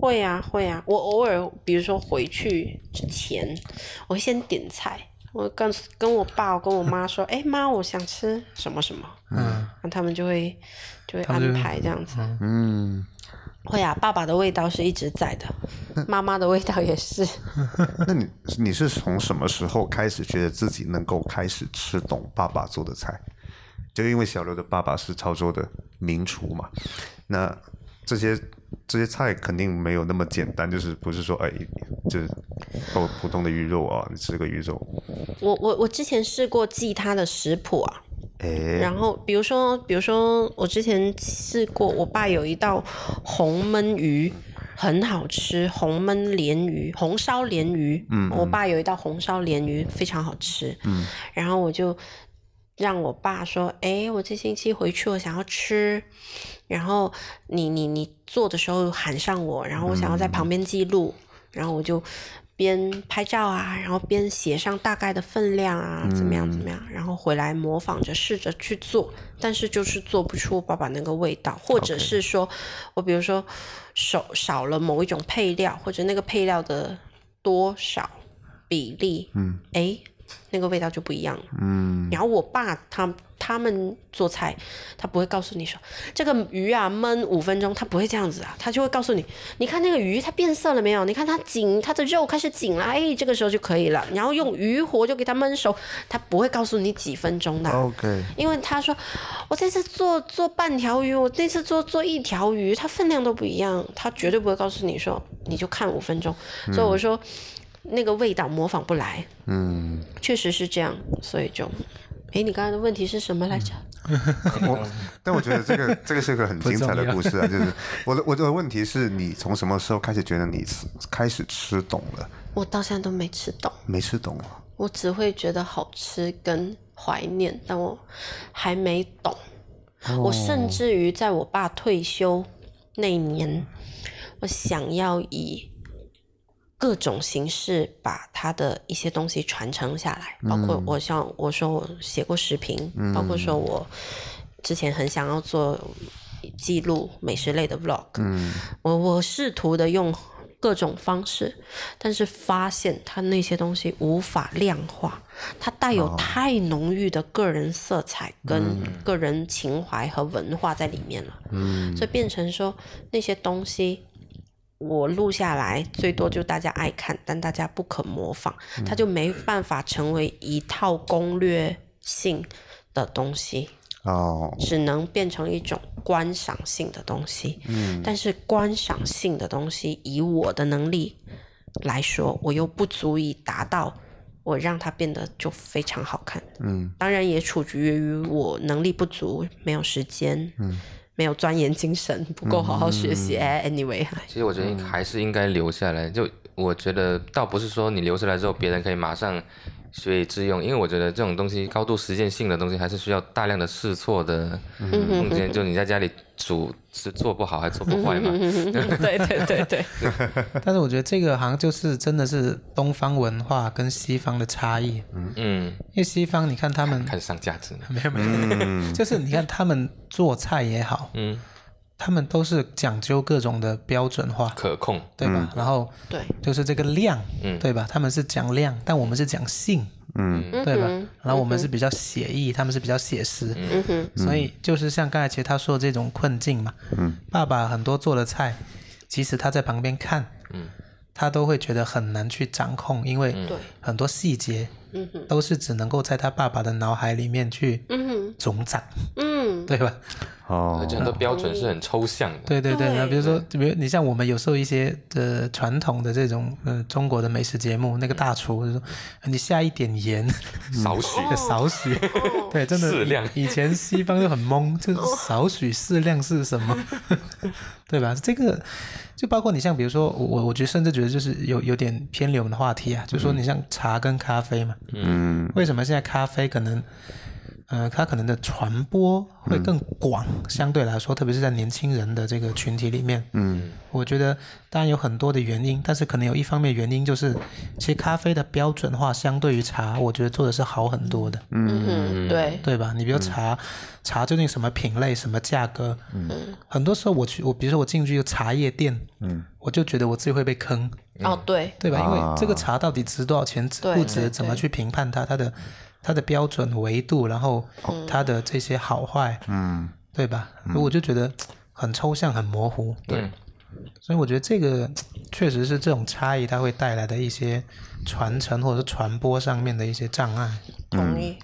会啊，我偶尔比如说回去之前，我会先点菜，我跟我爸跟我妈说，哎妈，我想吃什么什么，那他们就会安排这样子。会啊，爸爸的味道是一直在的，妈妈的味道也是。 那你是从什么时候开始觉得自己能够开始吃懂爸爸做的菜？就因为小刘的爸爸是潮州的名厨嘛，那这些菜肯定没有那么简单，就是不是说就是普通的鱼肉啊，你吃个鱼肉。 我之前试过记他的食谱啊。然后比如说我之前试过，我爸有一道红焖鱼很好吃，红烧鲢鱼，我爸有一道红烧鲢鱼非常好吃，然后我就让我爸说，我这星期回去我想要吃，然后你做的时候喊上我，然后我想要在旁边记录，然后我就边拍照啊，然后边写上大概的分量啊，怎么样，然后回来模仿着试着去做，但是就是做不出爸爸那个味道，或者是说我比如说少了某一种配料，或者那个配料的多少比例，那个味道就不一样了。然后我爸他们做菜，他不会告诉你说这个鱼啊焖5分钟，他不会这样子啊，他就会告诉你，你看那个鱼它变色了没有？你看它的肉开始紧了，这个时候就可以了。然后用鱼火就给它焖熟，他不会告诉你几分钟的。 OK， 因为他说我这次做半条鱼，我这次做一条鱼，它分量都不一样，他绝对不会告诉你说你就看5分钟。所以我说那个味道模仿不来。确实是这样，所以就你刚才的问题是什么来着？ 但我觉得这个是个很精彩的故事啊，就是我的问题是你从什么时候开始觉得你开始吃懂了？ 我到现在都没吃懂。 没吃懂啊？ 我只会觉得好吃跟怀念，但我还没懂。我甚至于在我爸退休那一年，我想要以各种形式把他的一些东西传承下来，包括像我说我写过视频，包括说我之前很想要做记录美食类的 vlog，我试图的用各种方式，但是发现他那些东西无法量化，它带有太浓郁的个人色彩跟个人情怀和文化在里面了，所以变成说那些东西我录下来最多就大家爱看，但大家不可模仿，它就没办法成为一套攻略性的东西，只能变成一种观赏性的东西。但是观赏性的东西以我的能力来说，我又不足以达到我让它变得就非常好看。当然也取决于我能力不足，没有时间，没有钻研精神，不够好好学习。anyway， 其实我觉得还是应该留下来。就我觉得倒不是说你留下来之后别人可以马上学以致用，因为我觉得这种东西高度实践性的东西还是需要大量的试错的空间。就你在家里煮是做不好还做不坏嘛。 对。 但是我觉得这个好像就是真的是东方文化跟西方的差异。因为西方你看他们开始上价值了， 没有，就是你看他们做菜也好，他们都是讲究各种的标准化可控， 对吧？然后对， 就是这个量，对吧？他们是讲量，但我们是讲性，对吧？然后我们是比较写意，他们是比较写实，所以就是像刚才其实他说的这种困境嘛，爸爸很多做的菜，即使他在旁边看，他都会觉得很难去掌控，因为很多细节都是只能够在他爸爸的脑海里面去总长，对吧？ 而且很多标准是很抽象的。 对，那比如你像我们有时候一些传统的这种中国的美食节目，那个大厨就说你下一点盐，少许，对，真的适量。 以前西方就很懵，就是少许适量是什么，对吧？这个就包括你像比如说我觉得甚至觉得就是有点偏离我们的话题啊，就是说你像茶跟咖啡嘛，为什么现在咖啡可能它可能的传播会更广，相对来说，特别是在年轻人的这个群体里面。我觉得当然有很多的原因，但是可能有一方面原因就是，其实咖啡的标准化相对于茶，我觉得做的是好很多的。对吧？你比如茶究竟什么品类、什么价格？很多时候我比如说我进去一个茶叶店，我就觉得我自己会被坑。对吧？因为这个茶到底值多少钱，值不值，怎么去评判它的标准维度，然后它的这些好坏，对吧？我就觉得很抽象很模糊。 对， 所以我觉得这个确实是这种差异它会带来的一些传承或者是传播上面的一些障碍。 同意。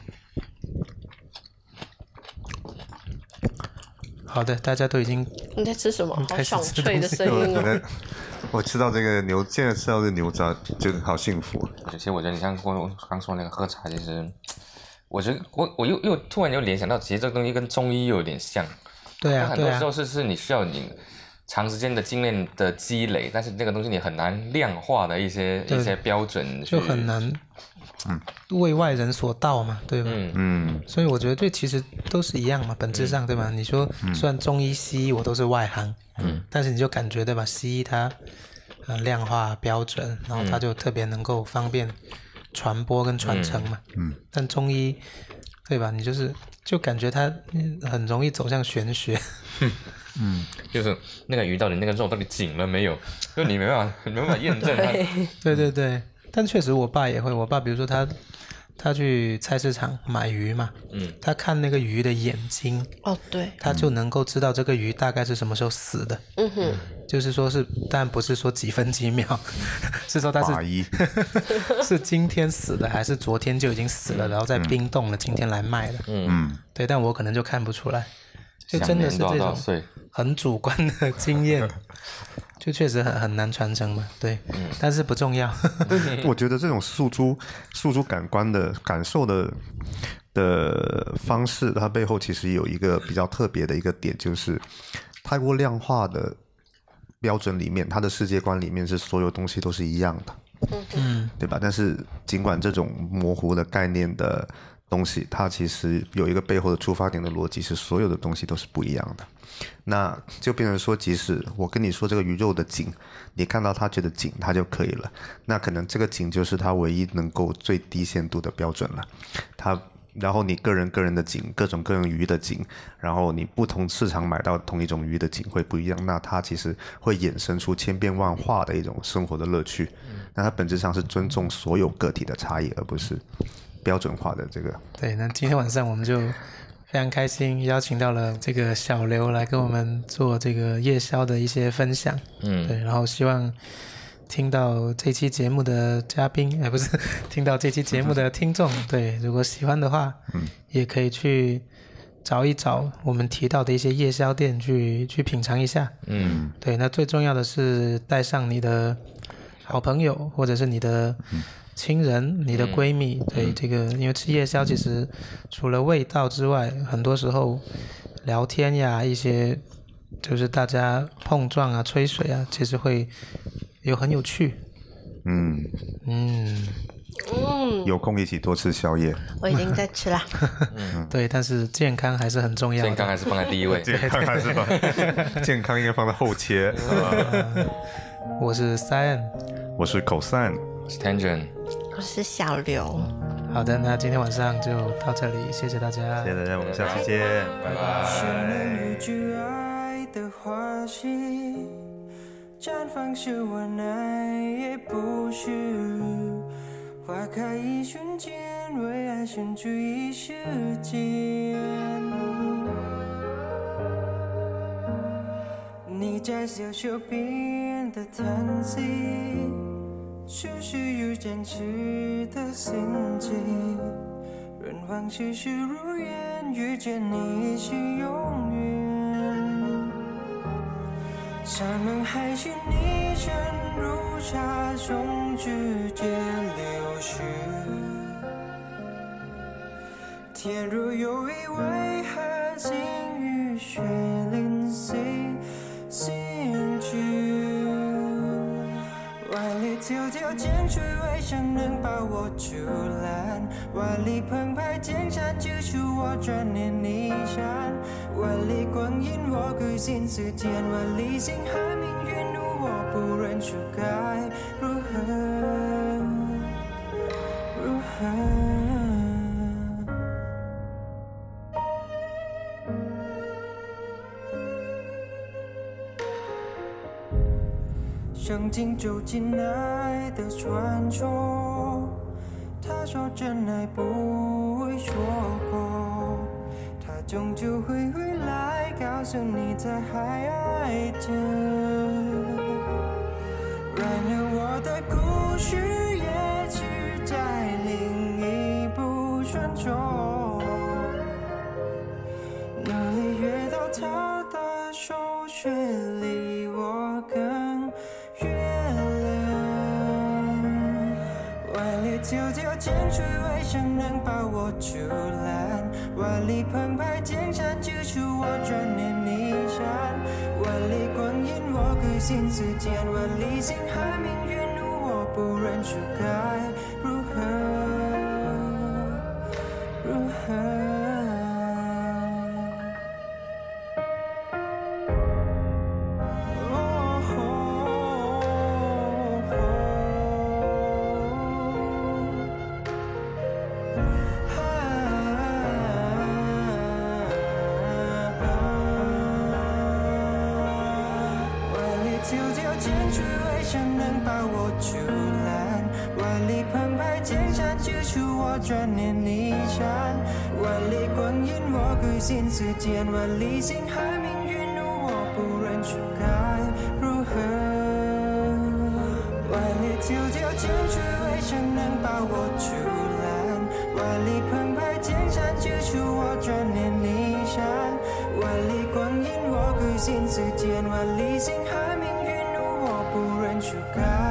好的，大家都已经你在吃什么？好爽吃脆的声音哦！ 我吃到这个牛，现在吃到这个牛杂，就好幸福。 其实我觉得你像我刚说那个喝茶，其实我觉得我又突然联想到，其实这个东西跟中医有点像。 对啊， 很多时候是你需要你长时间的经验的积累，但是那个东西你很难量化的一些标准， 就很难为外人所道嘛，对吧？所以我觉得其实都是一样嘛，本质上对吧？你说虽然中医西医我都是外行，但是你就感觉对吧？西医它量化标准，然后它就特别能够方便传播跟传承嘛。但中医对吧？你就感觉它很容易走向玄学。 就是那个鱼到底那个肉到底紧了没有？就你没办法验证它。 对，但确实我爸也会，我爸比如说他去菜市场买鱼嘛，他看那个鱼的眼睛， 对， 他就能够知道这个鱼大概是什么时候死的。就是说是，但不是说几分几秒，是说他是今天死的，还是昨天就已经死了，然后在冰冻了，今天来卖的。对，但我可能就看不出来，就真的是这种很主观的经验。就确实很难传承嘛，对，但是不重要。 我觉得这种诉诸感官的感受的方式，它背后其实有一个比较特别的一个点，就是太过量化的标准里面，它的世界观里面是所有东西都是一样的，对吧？但是尽管这种模糊的概念的东西，它其实有一个背后的出发点的逻辑，是所有的东西都是不一样的。那就变成说，即使我跟你说这个鱼肉的紧，你看到它觉得紧，它就可以了。那可能这个紧就是它唯一能够最低限度的标准了。然后你个人的紧，各种鱼的紧，然后你不同市场买到同一种鱼的紧会不一样，那它其实会衍生出千变万化的一种生活的乐趣。那它本质上是尊重所有个体的差异，而不是标准化的这个。 对，那今天晚上我们就非常开心邀请到了这个小刘来跟我们做这个夜宵的一些分享。对，然后希望听到这期节目的嘉宾，不是听到这期节目的听众，对，如果喜欢的话，也可以去找一找我们提到的一些夜宵店去品尝一下。对，那最重要的是带上你的好朋友或者是你的亲人，你的闺蜜，对，这个因为吃夜宵其实除了味道之外，很多时候聊天呀，一些就是大家碰撞啊吹水啊，其实会很有趣。 有空一起多吃宵夜。 我已经在吃了。 对，但是健康还是很重要的， 健康还是放在第一位。 健康应该放在后切。 我是 Cyan， 我是口散， 我是 Tangent， 我是小刘。 好的，那今天晚上就到这里，谢谢大家， 谢谢大家，我们下期见，拜拜。绽放是我爱也不是，花开一瞬间，为爱献出一时间。你在小手边的叹息，只是遇见时的心悸。任往事事如愿，遇见你是永远。山盟海誓，你沉如茶中，直接流逝。天若有意，为何竟雨雪淋湿心知？万里迢迢，剑出为生能把我阻拦？万里澎湃江山救出我转念离山，万里光阴我归心似箭，万里星海命运路我不认输该如何如何？曾经走进爱的传说，他说真爱不会错过，他终究会回来告诉你他还爱着。然而我的故事也只在另一部传说，哪里越到他的手却离我更迢迢千水为生能把我阻拦？万里澎湃江山救出我转念离山，万里光阴我归心似箭，万里星海命运路我不认输该如何如何？迢迢千水为生能把我阻拦？万里澎湃江山救出我转念离山，万里光阴我归心似箭，万里星海命运路我不认输该如何？万里迢迢千水为生能把我阻拦？万里澎湃江山救出我转念离山，万里光阴我归心似箭，万里星海命运路我不认输该